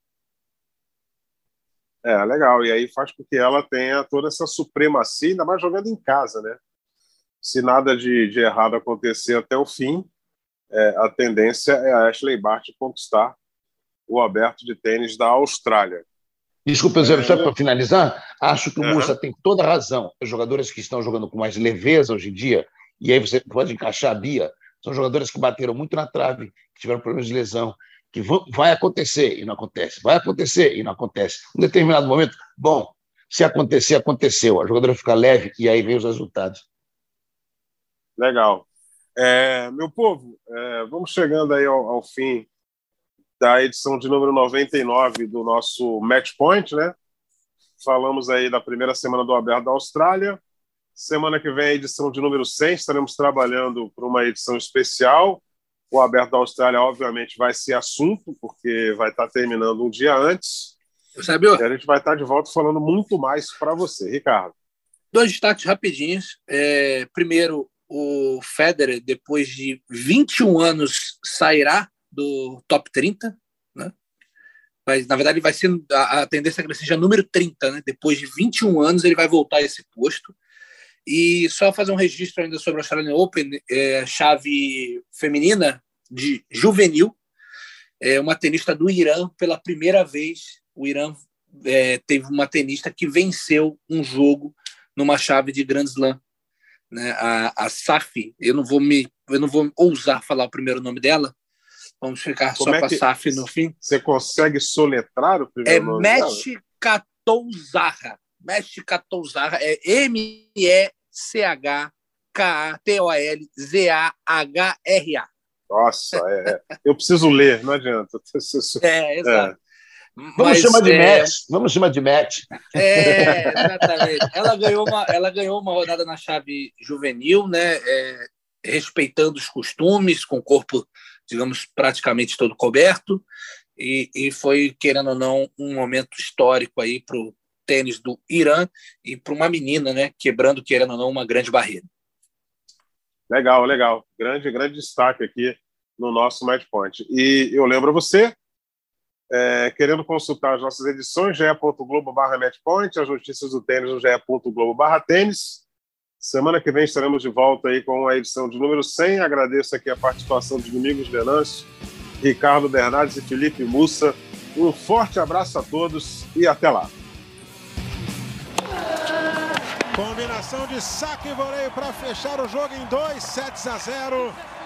Speaker 2: Legal. E aí faz com que ela tenha toda essa supremacia, ainda mais jogando em casa, né? Se nada de errado acontecer até o fim, a tendência é a Ashley Barty conquistar o aberto de tênis da Austrália.
Speaker 4: Desculpa, Zé, só para finalizar, acho que o Mussa tem toda a razão. Os jogadores que estão jogando com mais leveza hoje em dia, e aí você pode encaixar a Bia, são jogadores que bateram muito na trave, que tiveram problemas de lesão, que vai acontecer e não acontece, vai acontecer e não acontece. Em determinado momento, bom, se acontecer, aconteceu. A jogadora fica leve e aí vem os resultados.
Speaker 2: Legal. Meu povo, vamos chegando aí ao fim da edição de número 99 do nosso Match Point, né? Falamos aí da primeira semana do Aberto da Austrália. Semana que vem, a edição de número 100, estaremos trabalhando para uma edição especial. O Aberto da Austrália, obviamente, vai ser assunto, porque vai estar terminando um dia antes. E a gente vai estar de volta falando muito mais para você, Ricardo.
Speaker 3: 2 destaques rapidinhos. Primeiro, o Federer, depois de 21 anos, sairá do top 30, né? Mas, na verdade, vai ser a tendência é que ele seja número 30, né? Depois de 21 anos, ele vai voltar a esse posto. E só fazer um registro ainda sobre a Australian Open, chave feminina de juvenil, uma tenista do Irã, pela primeira vez, o Irã teve uma tenista que venceu um jogo numa chave de Grand Slam, né? A Safi, eu não vou ousar falar o primeiro nome dela, vamos ficar só com a Safi no fim.
Speaker 2: Você consegue soletrar o primeiro nome dela?
Speaker 3: Mesh Katolzarra, MECHKATOLZAHRA.
Speaker 2: Nossa, eu preciso ler, não adianta.
Speaker 3: Exato.
Speaker 4: Vamos chamar de match.
Speaker 3: Exatamente. Ela ganhou uma rodada na chave juvenil, né? Respeitando os costumes, com o corpo, digamos, praticamente todo coberto, e foi, querendo ou não, um momento histórico aí para o tênis do Irã e para uma menina, né, quebrando, querendo ou não, uma grande barreira.
Speaker 2: Legal. Grande destaque aqui no nosso Match Point. E eu lembro a você, querendo consultar as nossas edições, ge.globo/matchpoint, as notícias do tênis no ge.globo/tênis. Semana que vem estaremos de volta aí com a edição de número 100. Agradeço aqui a participação de Domingos Venâncio, Ricardo Bernardes e Felipe Mussa. Um forte abraço a todos e até lá.
Speaker 6: Combinação de saque e voleio para fechar o jogo em 2 sets a 0.